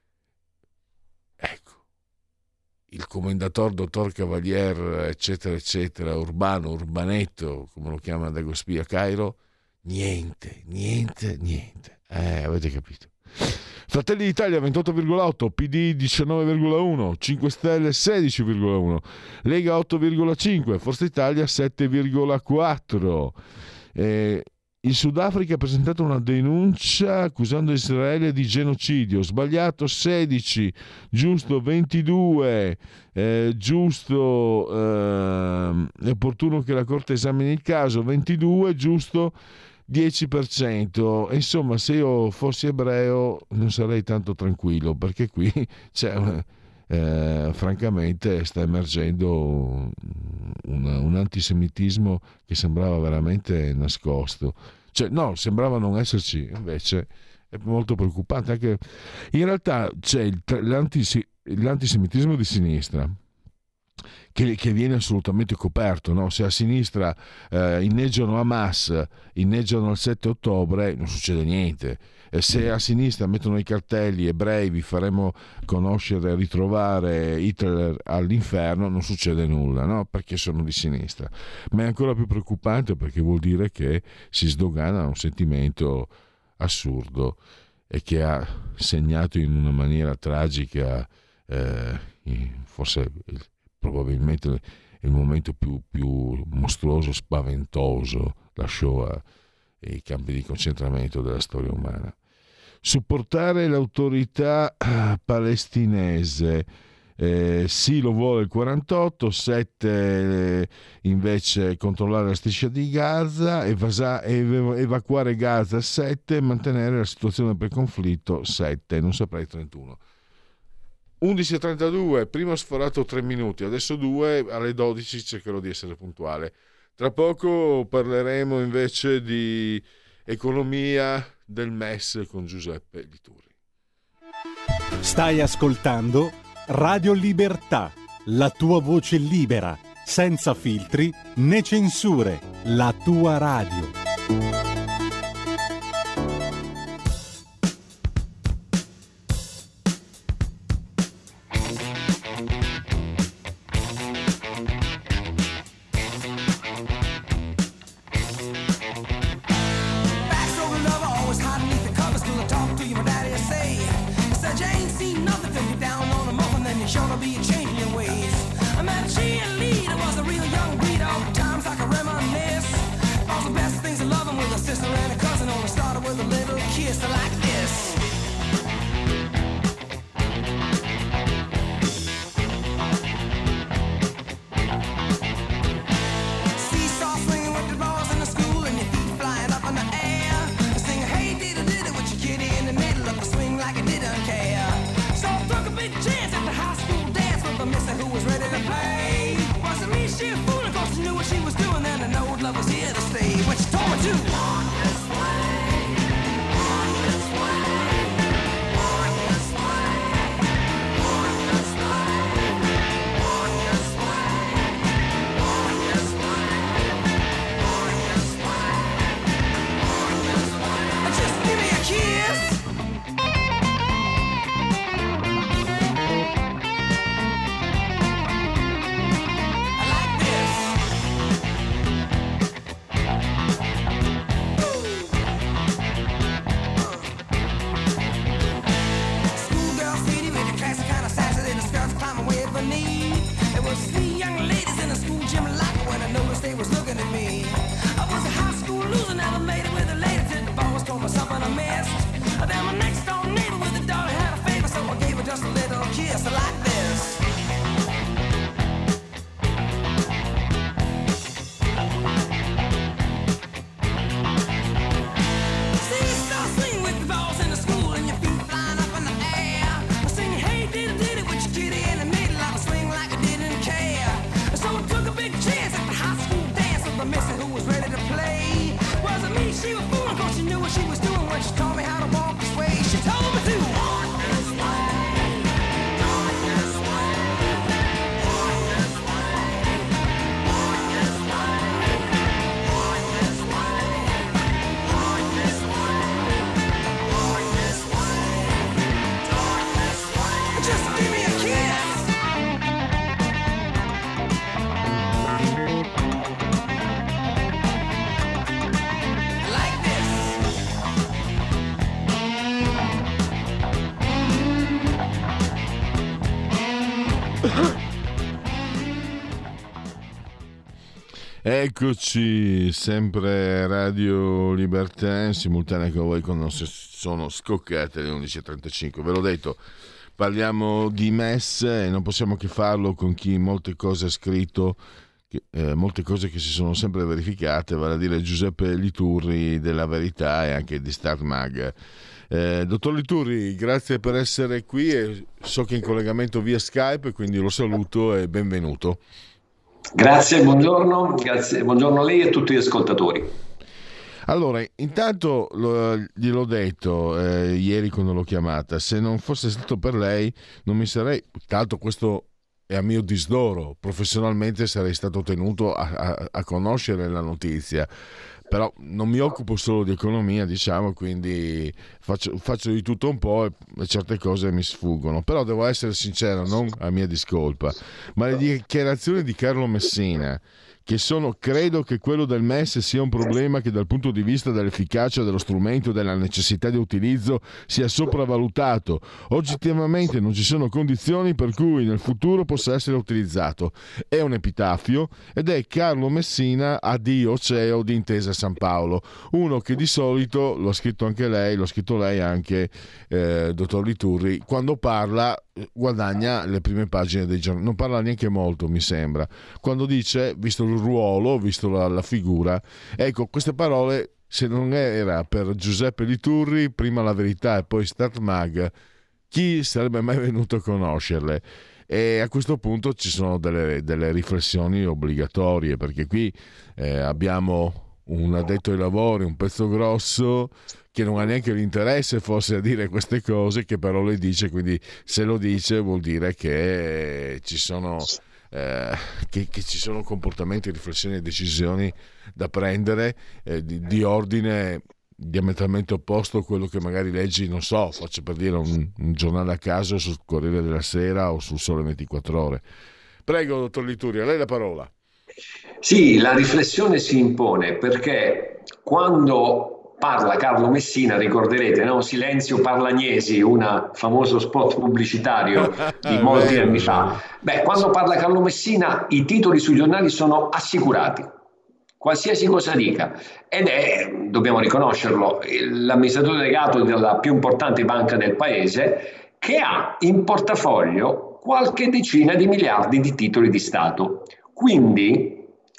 Ecco, il commendator dottor Cavalier, eccetera, eccetera, Urbano, Urbanetto, come lo chiama Dagospia Cairo, niente, niente, niente. Eh, avete capito. Fratelli d'Italia ventotto virgola otto, P D diciannove virgola uno, cinque Stelle sedici virgola uno, Lega otto virgola cinque, Forza Italia sette virgola quattro. Eh, il Sudafrica ha presentato una denuncia accusando Israele di genocidio, sbagliato sedici, giusto ventidue, eh, giusto, eh, è opportuno che la Corte esamini il caso, ventidue, giusto dieci per cento. Insomma, se io fossi ebreo non sarei tanto tranquillo, perché qui c'è eh, francamente sta emergendo un, un antisemitismo che sembrava veramente nascosto, cioè no, sembrava non esserci, invece è molto preoccupante. Anche in realtà c'è il, l'antis, l'antisemitismo di sinistra Che, che viene assolutamente coperto, no? Se a sinistra eh, inneggiano Hamas, inneggiano il sette ottobre, non succede niente. E se a sinistra mettono i cartelli ebrei, vi faremo conoscere, ritrovare Hitler all'inferno, non succede nulla, no? Perché sono di sinistra. Ma è ancora più preoccupante perché vuol dire che si sdogana un sentimento assurdo e che ha segnato in una maniera tragica eh, forse il probabilmente il momento più, più mostruoso, spaventoso, la Shoah e i campi di concentramento della storia umana. Supportare l'autorità palestinese, eh, sì, lo vuole il quarantotto, sette eh, invece controllare la striscia di Gaza, evasa, ev- evacuare Gaza sette, mantenere la situazione per conflitto sette, non saprei trentuno. undici e trentadue, prima ho sforato tre minuti, adesso due, alle dodici cercherò di essere puntuale. Tra poco parleremo invece di economia del M E S con Giuseppe Liturri. Stai ascoltando Radio Libertà, la tua voce libera, senza filtri né censure, la tua radio. Big Eccoci, sempre Radio Libertà, in simultanea con voi quando sono scoccate le undici e trentacinque. Ve l'ho detto, parliamo di messe e non possiamo che farlo con chi molte cose ha scritto, che, eh, molte cose che si sono sempre verificate, vale a dire Giuseppe Liturri della Verità e anche di Start Mag. Eh, dottor Liturri, grazie per essere qui e so che è in collegamento via Skype, quindi lo saluto e benvenuto. Grazie, buongiorno, grazie, buongiorno a lei e a tutti gli ascoltatori. Allora, intanto lo, gliel'ho detto eh, ieri quando l'ho chiamata, se non fosse stato per lei non mi sarei, tanto questo è a mio disdoro, professionalmente sarei stato tenuto a, a, a conoscere la notizia, però non mi occupo solo di economia, diciamo, quindi faccio, faccio di tutto un po' e certe cose mi sfuggono, però devo essere sincero, non a mia discolpa, ma le dichiarazioni di Carlo Messina, che sono, credo che quello del M E S sia un problema che dal punto di vista dell'efficacia dello strumento e della necessità di utilizzo sia sopravvalutato. Oggettivamente non ci sono condizioni per cui nel futuro possa essere utilizzato. È un epitafio ed è Carlo Messina, addio C E O di Intesa San Paolo, uno che di solito, lo ha scritto anche lei, lo ha scritto lei anche, eh, dottor Liturri, quando parla guadagna le prime pagine dei giornali, non parla neanche molto mi sembra, quando dice, visto il ruolo, visto la, la figura, ecco, queste parole, se non era per Giuseppe Liturri, prima La Verità e poi Start Mag, chi sarebbe mai venuto a conoscerle? E a questo punto ci sono delle, delle riflessioni obbligatorie, perché qui eh, abbiamo un addetto ai lavori, un pezzo grosso che non ha neanche l'interesse forse a dire queste cose, che però le dice, quindi se lo dice vuol dire che ci sono eh, che, che ci sono comportamenti, riflessioni e decisioni da prendere eh, di, di ordine diametralmente opposto a quello che magari leggi, non so, faccio per dire un, un giornale a caso sul Corriere della Sera o sul Sole ventiquattro Ore. Prego, dottor Liturri, a lei la parola. Sì, la riflessione si impone perché quando parla Carlo Messina, ricorderete, no? Silenzio Parlagnesi, un famoso spot pubblicitario di molti vero, anni fa. Beh, quando parla Carlo Messina i titoli sui giornali sono assicurati, qualsiasi cosa dica, ed è, dobbiamo riconoscerlo, l'amministratore delegato della più importante banca del paese che ha in portafoglio qualche decina di miliardi di titoli di Stato. Quindi,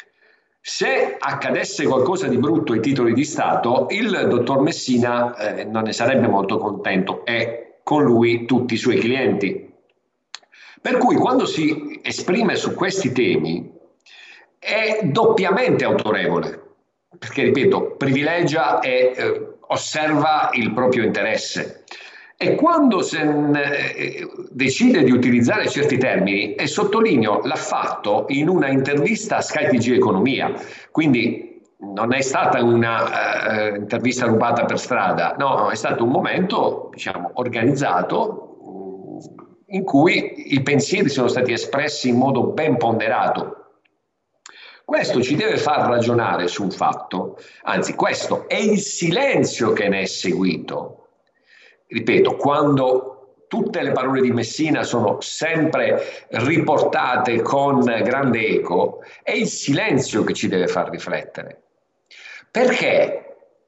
se accadesse qualcosa di brutto ai titoli di Stato, il dottor Messina eh, non ne sarebbe molto contento e con lui tutti i suoi clienti. Per cui quando si esprime su questi temi è doppiamente autorevole, perché, ripeto, privilegia e eh, osserva il proprio interesse. E quando se ne decide di utilizzare certi termini, e sottolineo, l'ha fatto in una intervista a Sky T G Economia, quindi non è stata una uh, intervista rubata per strada, no, è stato un momento, diciamo, organizzato uh, in cui i pensieri sono stati espressi in modo ben ponderato. Questo ci deve far ragionare su un fatto, anzi questo è il silenzio che ne è seguito. Ripeto, quando tutte le parole di Messina sono sempre riportate con grande eco, è il silenzio che ci deve far riflettere. Perché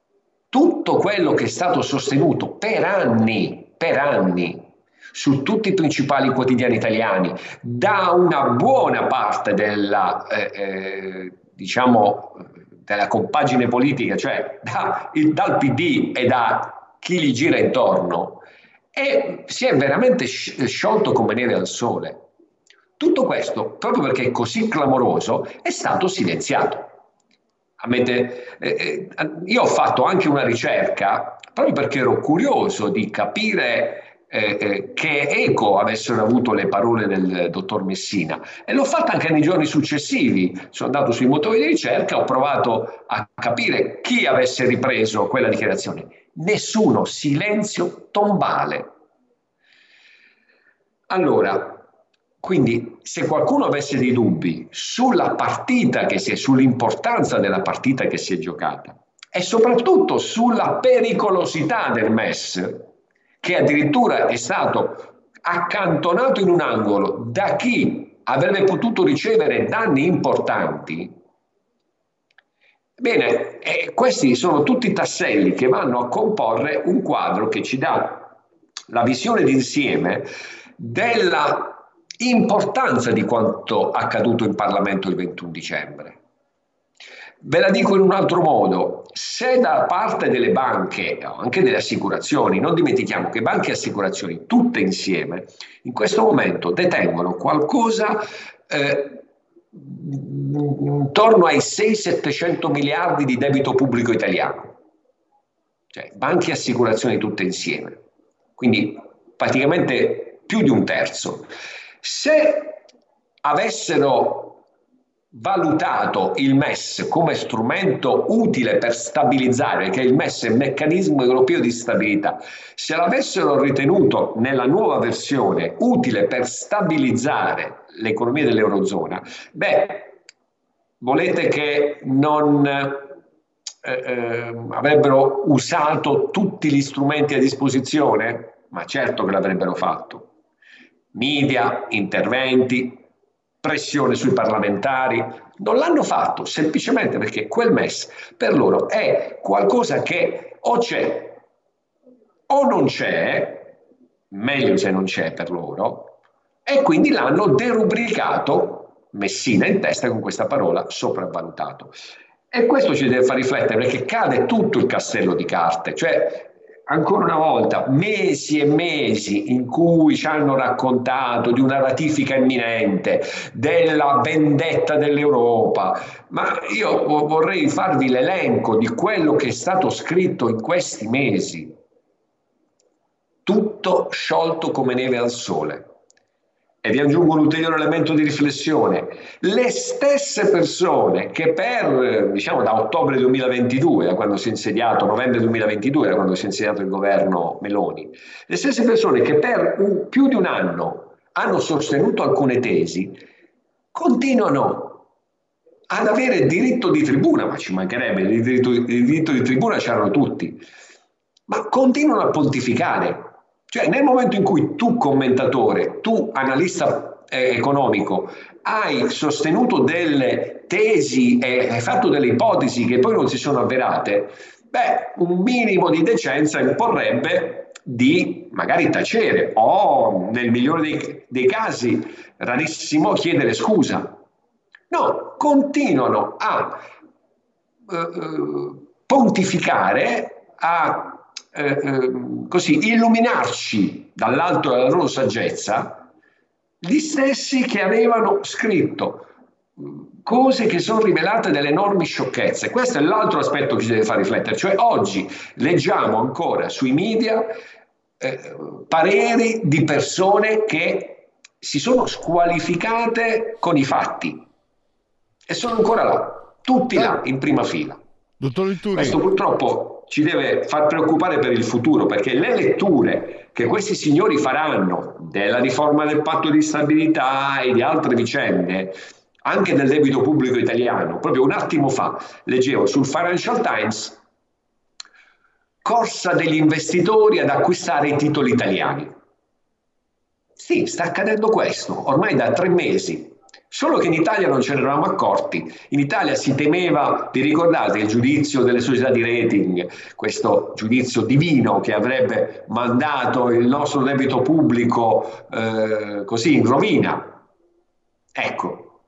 tutto quello che è stato sostenuto per anni, per anni, su tutti i principali quotidiani italiani, da una buona parte della, eh, eh, diciamo, della compagine politica, cioè da, il, dal P D e da chi gli gira intorno, e si è veramente sciolto come neve al sole. Tutto questo, proprio perché è così clamoroso, è stato silenziato. Ammette, eh, io ho fatto anche una ricerca proprio perché ero curioso di capire eh, eh, che eco avessero avuto le parole del dottor Messina, e l'ho fatta anche nei giorni successivi. Sono andato sui motori di ricerca, ho provato a capire chi avesse ripreso quella dichiarazione. Nessuno, silenzio tombale. Allora, quindi se qualcuno avesse dei dubbi sulla partita che si è, sull'importanza della partita che si è giocata e soprattutto sulla pericolosità del M E S, che addirittura è stato accantonato in un angolo da chi avrebbe potuto ricevere danni importanti, bene, eh, questi sono tutti tasselli che vanno a comporre un quadro che ci dà la visione d'insieme della importanza di quanto accaduto in Parlamento il ventuno dicembre. Ve la dico in un altro modo: se da parte delle banche, anche delle assicurazioni, non dimentichiamo che banche e assicurazioni tutte insieme in questo momento detengono qualcosa eh, intorno ai seicento settecento miliardi di debito pubblico italiano, cioè banche e assicurazioni tutte insieme, quindi praticamente più di un terzo. Se avessero valutato il M E S come strumento utile per stabilizzare, che il M E S è il meccanismo europeo di stabilità, se l'avessero ritenuto nella nuova versione utile per stabilizzare l'economia dell'Eurozona, beh, volete che non eh, eh, avrebbero usato tutti gli strumenti a disposizione? Ma certo che l'avrebbero fatto. Media, interventi, pressione sui parlamentari. Non l'hanno fatto semplicemente perché quel M E S per loro è qualcosa che o c'è o non c'è, meglio se non c'è per loro, e quindi l'hanno derubricato, Messina in testa con questa parola, sopravvalutato. E questo ci deve far riflettere, perché cade tutto il castello di carte, cioè ancora una volta mesi e mesi in cui ci hanno raccontato di una ratifica imminente, della vendetta dell'Europa, ma io vorrei farvi l'elenco di quello che è stato scritto in questi mesi. Tutto sciolto come neve al sole. E vi aggiungo un ulteriore elemento di riflessione: le stesse persone che per, diciamo, da ottobre duemilaventidue, da quando si è insediato, novembre duemilaventidue, da quando si è insediato il governo Meloni, le stesse persone che per un, più di un anno hanno sostenuto alcune tesi, continuano ad avere diritto di tribuna, ma ci mancherebbe, il diritto, il diritto di tribuna c'erano tutti, ma continuano a pontificare. Cioè, nel momento in cui tu commentatore, tu analista eh, economico, hai sostenuto delle tesi e hai fatto delle ipotesi che poi non si sono avverate, beh, un minimo di decenza imporrebbe di magari tacere o, nel migliore dei, dei casi, rarissimo, chiedere scusa. No, continuano a uh, pontificare, a Eh, eh, così illuminarci dall'alto della loro saggezza, gli stessi che avevano scritto cose che sono rivelate delle enormi sciocchezze. Questo è l'altro aspetto che ci deve far riflettere, cioè oggi leggiamo ancora sui media eh, pareri di persone che si sono squalificate con i fatti e sono ancora là, tutti là in prima fila. Dottor Litturi. Questo purtroppo ci deve far preoccupare per il futuro, perché le letture che questi signori faranno della riforma del patto di stabilità e di altre vicende, anche del debito pubblico italiano, proprio un attimo fa leggevo sul Financial Times: corsa degli investitori ad acquistare i titoli italiani. Sì, sta accadendo questo, ormai da tre mesi. Solo che in Italia non ce ne eravamo accorti. In Italia si temeva, vi ricordate, il giudizio delle società di rating, questo giudizio divino che avrebbe mandato il nostro debito pubblico eh, così in rovina. Ecco,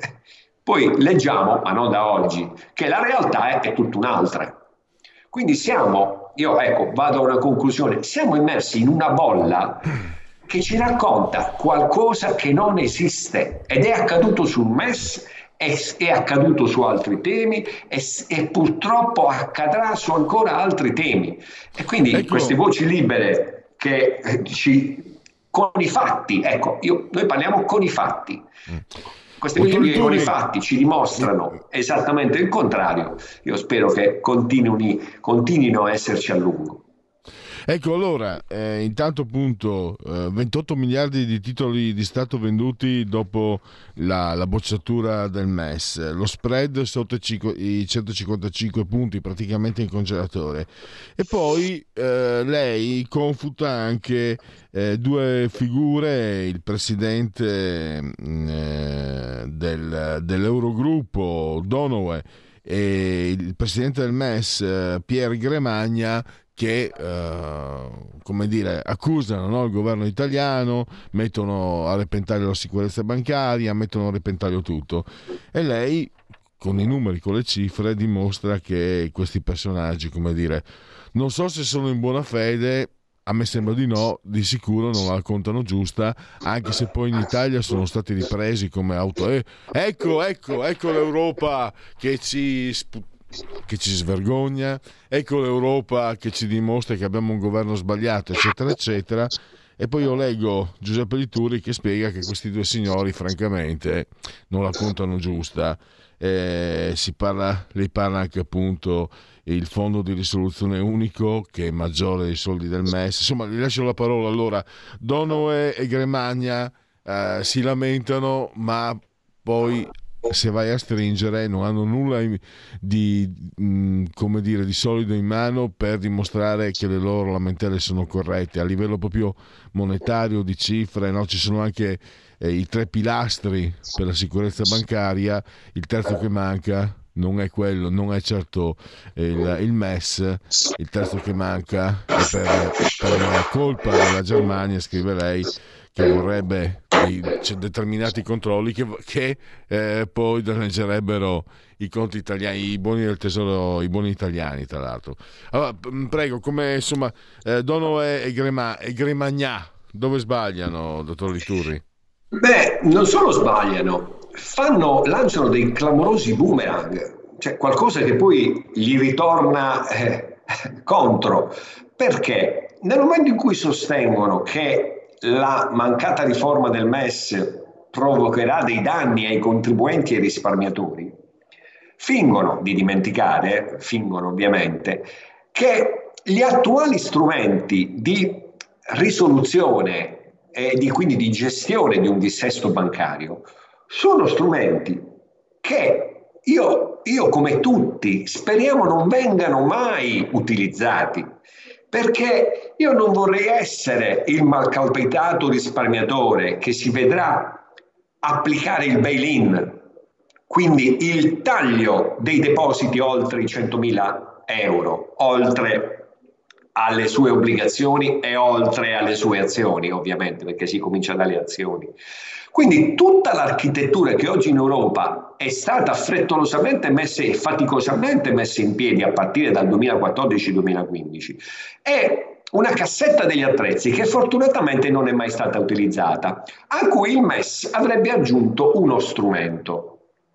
poi leggiamo, ma non da oggi, che la realtà è, è tutta un'altra. Quindi siamo, io ecco, vado a una conclusione, siamo immersi in una bolla che ci racconta qualcosa che non esiste, ed è accaduto sul M E S, è, è accaduto su altri temi e, e purtroppo accadrà su ancora altri temi. E quindi ecco, queste voci libere che eh, ci, con i fatti, ecco, io, noi parliamo con i fatti. Queste voci libere con i fatti ci dimostrano esattamente il contrario. Io spero che continui, continuino a esserci a lungo. Ecco, allora, eh, intanto appunto eh, ventotto miliardi di titoli di Stato venduti dopo la, la bocciatura del M E S, lo spread sotto i centocinquantacinque punti, praticamente in congelatore. E poi eh, lei confuta anche eh, due figure, il presidente eh, del, dell'Eurogruppo, Donohoe, e il presidente del M E S, Pierre Gramagna, che eh, come dire, accusano, no, il governo italiano, mettono a repentaglio la sicurezza bancaria, mettono a repentaglio tutto. E lei, con i numeri, con le cifre, dimostra che questi personaggi, come dire, non so se sono in buona fede, a me sembra di no, di sicuro non la contano giusta, anche se poi in Italia sono stati ripresi come auto. Eh, ecco, ecco, ecco l'Europa che ci sp- che ci svergogna, ecco l'Europa che ci dimostra che abbiamo un governo sbagliato, eccetera eccetera. E poi io leggo Giuseppe Lituri che spiega che questi due signori francamente non la contano giusta. Eh, si parla, lei parla anche appunto il fondo di risoluzione unico che è maggiore dei soldi del M E S. Insomma, gli lascio la parola. Allora, Donohoe e Gramagna eh, si lamentano, ma poi se vai a stringere non hanno nulla di, mh, come dire, di solido in mano per dimostrare che le loro lamentele sono corrette a livello proprio monetario, di cifre, no? Ci sono anche eh, i tre pilastri per la sicurezza bancaria, il terzo che manca non è quello, non è certo il, il M E S, il terzo che manca è per, per colpa della Germania, scrive lei, che vorrebbe dei determinati controlli che, che eh, poi danneggerebbero i conti italiani, i buoni del tesoro, i buoni italiani, tra l'altro. Allora, prego, come insomma, eh, Donohoe e, Grema, e Gramagna, dove sbagliano, dottor Liturri? Beh, non solo sbagliano, fanno, lanciano dei clamorosi boomerang, cioè qualcosa che poi gli ritorna eh, contro, perché nel momento in cui sostengono che la mancata riforma del M E S provocherà dei danni ai contribuenti e ai risparmiatori, fingono di dimenticare, fingono ovviamente, che gli attuali strumenti di risoluzione e di, quindi di gestione di un dissesto bancario sono strumenti che io, io come tutti speriamo non vengano mai utilizzati, perché io non vorrei essere il malcapitato risparmiatore che si vedrà applicare il bail-in, quindi il taglio dei depositi oltre i centomila euro, oltre alle sue obbligazioni e oltre alle sue azioni, ovviamente, perché si comincia dalle azioni. Quindi tutta l'architettura che oggi in Europa è stata frettolosamente messa e faticosamente messa in piedi a partire dal duemilaquattordici duemilaquindici è una cassetta degli attrezzi che fortunatamente non è mai stata utilizzata, a cui il M E S avrebbe aggiunto uno strumento.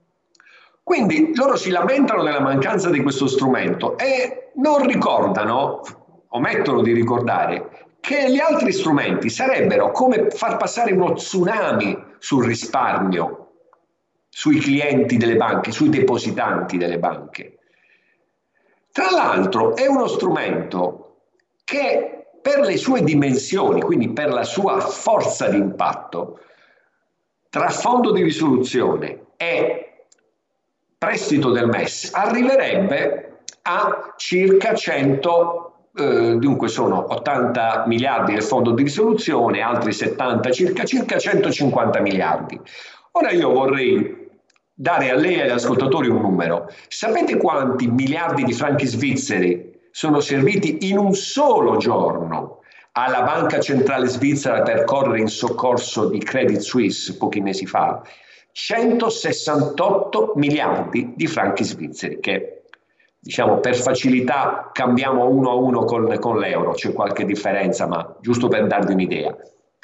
Quindi loro si lamentano della mancanza di questo strumento e non ricordano, omettono di ricordare, che gli altri strumenti sarebbero come far passare uno tsunami sul risparmio, sui clienti delle banche, sui depositanti delle banche. Tra l'altro è uno strumento che per le sue dimensioni, quindi per la sua forza di impatto, tra fondo di risoluzione e prestito del M E S, arriverebbe a circa cento. Uh, dunque sono ottanta miliardi del fondo di risoluzione, altri settanta, circa, circa centocinquanta miliardi. Ora io vorrei dare a lei e agli ascoltatori un numero. Sapete quanti miliardi di franchi svizzeri sono serviti in un solo giorno alla Banca Centrale Svizzera per correre in soccorso di Credit Suisse pochi mesi fa? centosessantotto miliardi di franchi svizzeri, che diciamo per facilità cambiamo uno a uno con, con l'euro, c'è qualche differenza, ma giusto per darvi un'idea.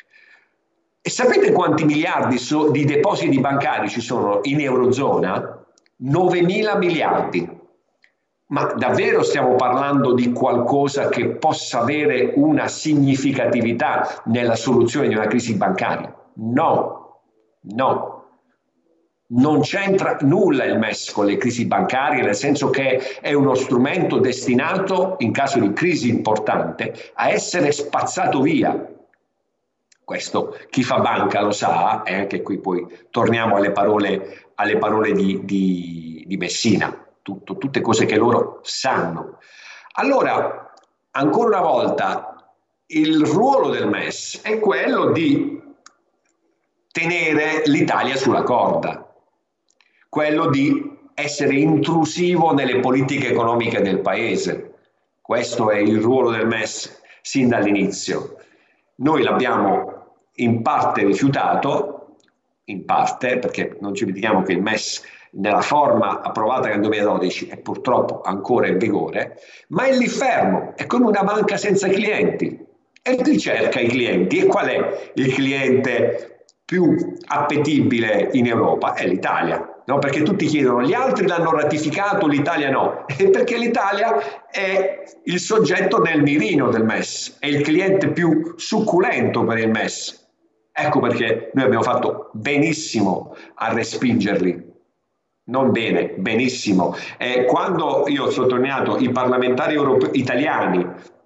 E sapete quanti miliardi so, di depositi bancari ci sono in Eurozona? novemila miliardi. Ma davvero stiamo parlando di qualcosa che possa avere una significatività nella soluzione di una crisi bancaria? No, no. Non c'entra nulla il M E S con le crisi bancarie, nel senso che è uno strumento destinato, in caso di crisi importante, a essere spazzato via. Questo chi fa banca lo sa, e anche qui poi torniamo alle parole, alle parole di, di, di Messina. Tutto, tutte cose che loro sanno. Allora, ancora una volta, il ruolo del M E S è quello di tenere l'Italia sulla corda, quello di essere intrusivo nelle politiche economiche del paese. Questo è il ruolo del M E S sin dall'inizio. Noi l'abbiamo in parte rifiutato, in parte, perché non ci dimentichiamo che il M E S nella forma approvata nel duemiladodici è purtroppo ancora in vigore, ma è lì fermo, è come una banca senza clienti e ricerca i clienti. E qual è il cliente più appetibile in Europa? È l'Italia, no? Perché tutti chiedono, gli altri l'hanno ratificato, l'Italia no, e perché l'Italia è il soggetto nel mirino del M E S, è il cliente più succulento per il M E S. Ecco perché noi abbiamo fatto benissimo a respingerli. Non bene, benissimo. Eh, quando io ho sottolineato i parlamentari europe- italiani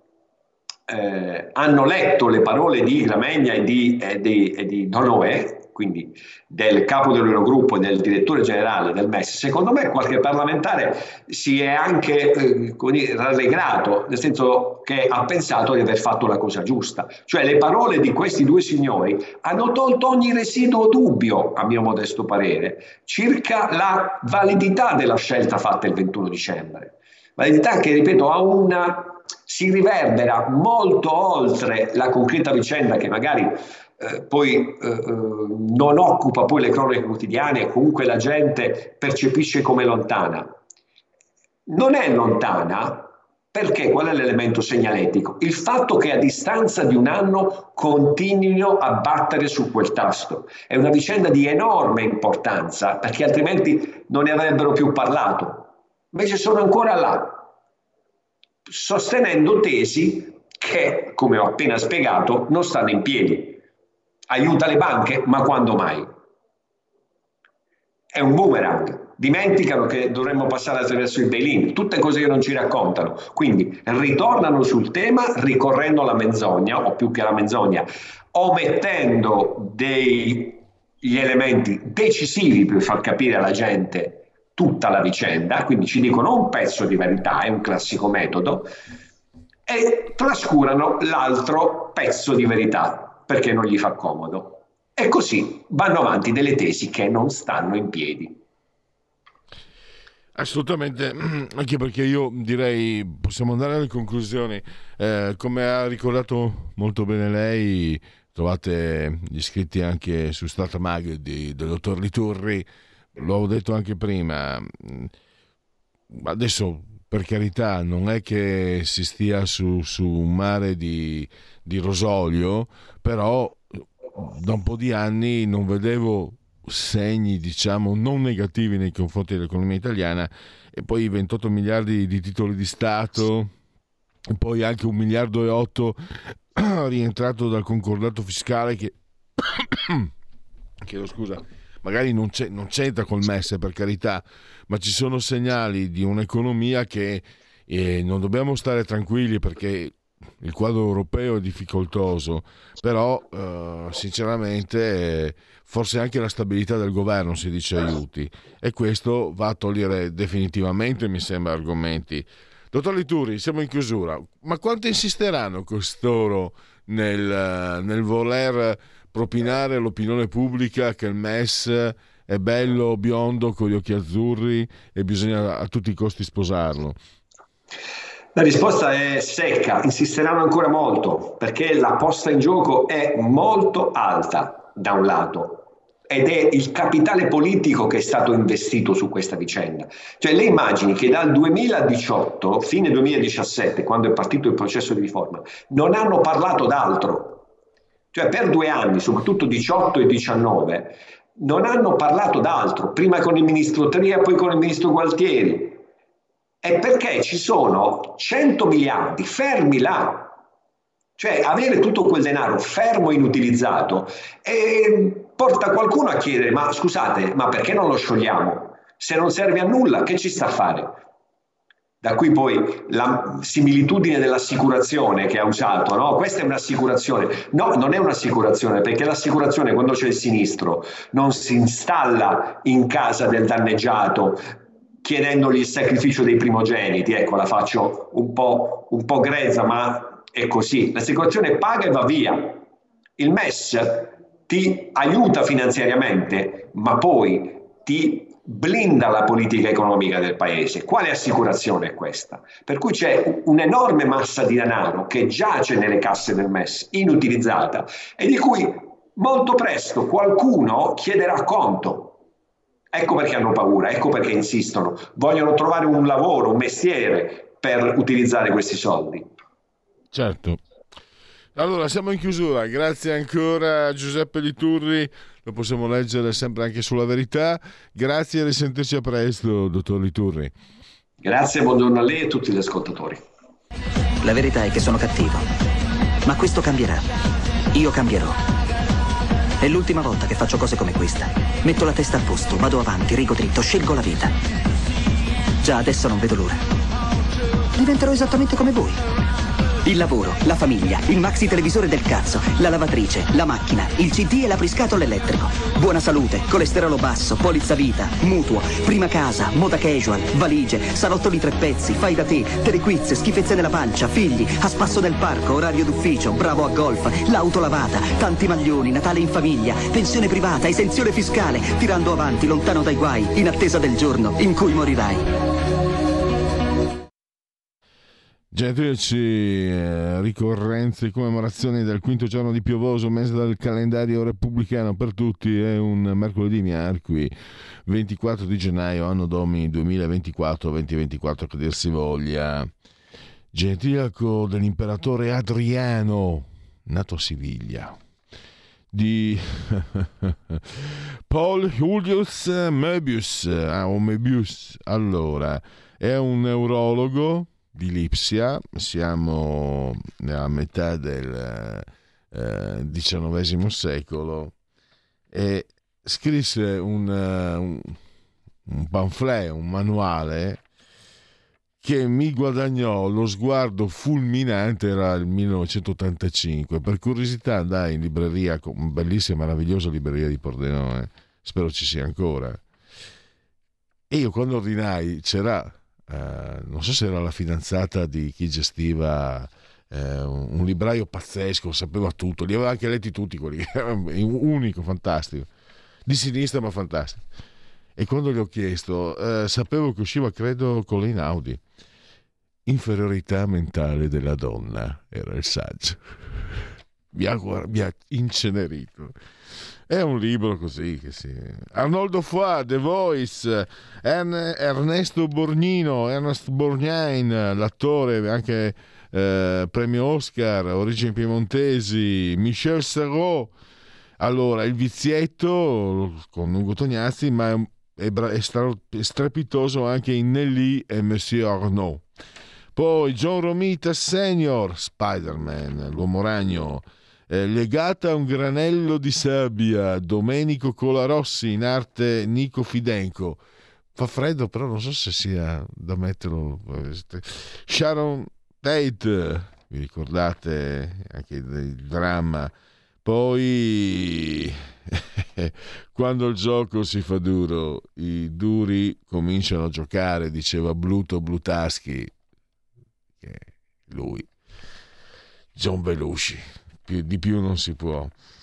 eh, hanno letto le parole di Gramegna e di, eh, di, e di Donoé, quindi del capo dell'Eurogruppo e del direttore generale del M E S, secondo me qualche parlamentare si è anche eh, rallegrato, nel senso che ha pensato di aver fatto la cosa giusta. Cioè le parole di questi due signori hanno tolto ogni residuo dubbio, a mio modesto parere, circa la validità della scelta fatta il ventuno dicembre. Validità che, ripeto, ha una si riverbera molto oltre la concreta vicenda che magari eh, poi eh, non occupa poi le cronache quotidiane e comunque la gente percepisce come lontana. Non è lontana perché qual è l'elemento segnaletico? Il fatto che a distanza di un anno continuino a battere su quel tasto. È una vicenda di enorme importanza perché altrimenti non ne avrebbero più parlato. Invece sono ancora là, sostenendo tesi che, come ho appena spiegato, non stanno in piedi. Aiuta le banche, ma quando mai? È un boomerang. Dimenticano che dovremmo passare attraverso il bail-in, tutte cose che non ci raccontano. Quindi ritornano sul tema ricorrendo alla menzogna, o più che alla menzogna, omettendo degli elementi decisivi per far capire alla gente tutta la vicenda, quindi ci dicono un pezzo di verità, è un classico metodo, e trascurano l'altro pezzo di verità perché non gli fa comodo. E così vanno avanti delle tesi che non stanno in piedi. Assolutamente, anche perché io direi possiamo andare alle conclusioni. Eh, come ha ricordato molto bene lei, trovate gli scritti anche su StatMag di, del dottor Liturri. L'ho detto anche prima, adesso per carità non è che si stia su, su un mare di, di rosolio, però da un po' di anni non vedevo segni, diciamo, non negativi nei confronti dell'economia italiana, e poi ventotto miliardi di titoli di Stato, e poi anche un miliardo e otto rientrato dal concordato fiscale che chiedo scusa, magari non, c'è, non c'entra col M E S, per carità, ma ci sono segnali di un'economia che eh, non dobbiamo stare tranquilli perché il quadro europeo è difficoltoso, però eh, sinceramente eh, forse anche la stabilità del governo si dice aiuti, e questo va a togliere definitivamente, mi sembra, argomenti. Dottor Liturri, siamo in chiusura, ma quanto insisteranno costoro nel, nel voler propinare all'opinione pubblica che il M E S è bello, biondo, con gli occhi azzurri e bisogna a tutti i costi sposarlo? La risposta è secca, insisteranno ancora molto, perché la posta in gioco è molto alta da un lato, ed è il capitale politico che è stato investito su questa vicenda. Cioè, le immagini che dal duemiladiciotto, fine duemiladiciassette, quando è partito il processo di riforma, non hanno parlato d'altro. Cioè, per due anni, soprattutto diciotto e diciannove, non hanno parlato d'altro, prima con il ministro Tria, poi con il ministro Gualtieri. È perché ci sono cento miliardi fermi là. Cioè, avere tutto quel denaro fermo e inutilizzato e porta qualcuno a chiedere: ma scusate, ma perché non lo sciogliamo? Se non serve a nulla, che ci sta a fare? Da qui poi la similitudine dell'assicurazione che ha usato, no? Questa è un'assicurazione. No, non è un'assicurazione, perché l'assicurazione, quando c'è il sinistro, non si installa in casa del danneggiato chiedendogli il sacrificio dei primogeniti. Ecco, la faccio un po', un po' grezza, ma è così. L'assicurazione paga e va via. Il M E S ti aiuta finanziariamente, ma poi ti blinda la politica economica del paese. Quale assicurazione è questa? Per cui c'è un'enorme massa di denaro che giace nelle casse del M E S, inutilizzata, e di cui molto presto qualcuno chiederà conto. Ecco perché hanno paura, ecco perché insistono, vogliono trovare un lavoro, un mestiere per utilizzare questi soldi. Certo. Allora, siamo in chiusura. Grazie ancora a Giuseppe Liturri, lo possiamo leggere sempre anche sulla Verità. Grazie e risentirci a presto, dottor Liturri. Grazie, buongiorno a lei e a tutti gli ascoltatori. La verità è che sono cattivo, ma questo cambierà. Io cambierò. È l'ultima volta che faccio cose come questa. Metto la testa a posto, vado avanti, rigo dritto, scelgo la vita. Già adesso non vedo l'ora. Diventerò esattamente come voi. Il lavoro, la famiglia, il maxi televisore del cazzo, la lavatrice, la macchina, il C D e l'apriscatole elettrico. Buona salute, colesterolo basso, polizza vita, mutuo, prima casa, moda casual, valigie, salotto di tre pezzi, fai da te, telequiz, schifezze nella pancia, figli, a spasso nel parco, orario d'ufficio, bravo a golf, l'auto lavata, tanti maglioni, Natale in famiglia, pensione privata, esenzione fiscale, tirando avanti, lontano dai guai, in attesa del giorno in cui morirai. Genetriaci, eh, ricorrenze e commemorazioni del quinto giorno di piovoso mese del calendario repubblicano per tutti. È un mercoledì miarqui, ventiquattro di gennaio, anno domini duemilaventiquattro duemilaventiquattro che dir si voglia. Genetriaco dell'imperatore Adriano, nato a Siviglia, di Paul Julius Möbius, ah, o Möbius. Allora, è un neurologo di Lipsia, siamo nella metà del eh, diciannovesimo secolo, e scrisse un, un, un pamphlet, un manuale che mi guadagnò lo sguardo fulminante. Era il millenovecentottantacinque. Per curiosità andai in libreria, bellissima, meravigliosa libreria di Pordenone, spero ci sia ancora, e io quando ordinai c'era Uh, non so se era la fidanzata di chi gestiva, uh, un, un libraio pazzesco, sapeva tutto, li aveva anche letti tutti quelli, unico, fantastico, di sinistra ma fantastico. E quando gli ho chiesto, uh, sapevo che usciva, credo, con l'Einaudi, Inferiorità mentale della donna, era il saggio. Mi ha, mi ha incenerito. È un libro così che si... Arnoldo Foà, The Voice, Ern- Ernesto Borgnino, Ernest Borgnine, l'attore, anche eh, premio Oscar, origini piemontesi, Michel Serrault. Allora, Il vizietto con Ugo Tognazzi, ma è, bra- è, stra- è strepitoso anche in Nelly e Monsieur Arnaud. Poi John Romita Senior, Spider-Man, l'uomo ragno, eh, Legata a un granello di sabbia, Domenico Colarossi, in arte Nico Fidenco. Fa freddo, però non so se sia da metterlo. Sharon Tate, vi ricordate anche del dramma. Poi quando il gioco si fa duro, i duri cominciano a giocare, diceva Bluto Blutaschi, che lui, John Belushi, più, di più non si può.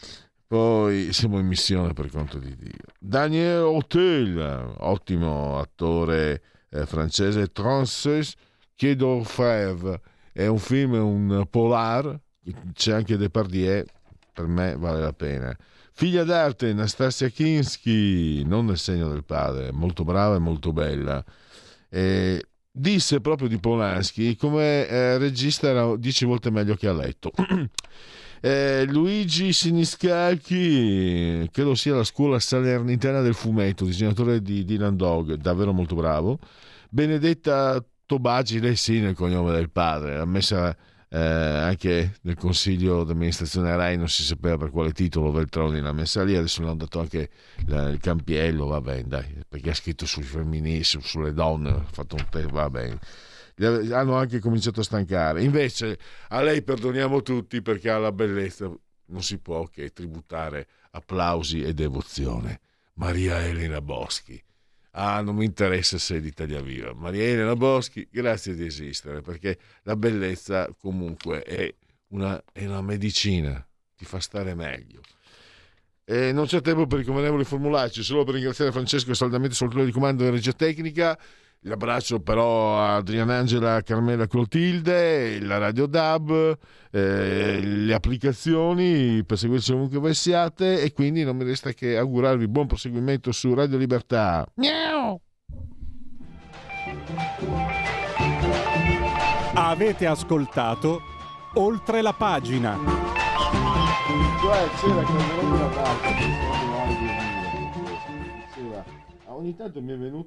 Poi siamo in missione per conto di Dio. Daniel Auteuil, ottimo attore eh, francese. Trente Quai d'Orfèvre è un film, un polar, c'è anche Depardieu, per me vale la pena. Figlia d'arte, Nastasia Kinski, non nel segno del padre, molto brava e molto bella. E disse proprio di Polanski, come eh, regista era dieci volte meglio che a letto. Eh, Luigi Siniscalchi, credo sia la scuola salernitana del fumetto, disegnatore di Dylan Dog, davvero molto bravo. Benedetta Tobagi, lei sì nel cognome del padre, l'ha messa eh, anche nel consiglio d'amministrazione Rai, non si sapeva per quale titolo Veltroni l'ha messa lì, adesso le hanno dato anche la, il campiello, va bene dai, perché ha scritto sui femminili, su, sulle donne, ha fatto un te, va bene. Hanno anche cominciato a stancare. Invece a lei perdoniamo tutti, perché alla bellezza non si può che tributare applausi e devozione. Maria Elena Boschi. Ah, non mi interessa se è d'Italia Viva. Maria Elena Boschi, grazie di esistere, perché la bellezza comunque è una, è una medicina, ti fa stare meglio. E non c'è tempo per i convenevoli formulacci, solo per ringraziare Francesco saldamente sul di comando della regia tecnica. L'abbraccio però a Adriana Angela, Carmela Clotilde, la Radio D A B, eh, le applicazioni per seguirci ovunque voi siate, e quindi non mi resta che augurarvi buon proseguimento su Radio Libertà. Miau! Avete ascoltato Oltre la pagina. Cioè c'era quella parte, ogni tanto mi è venuto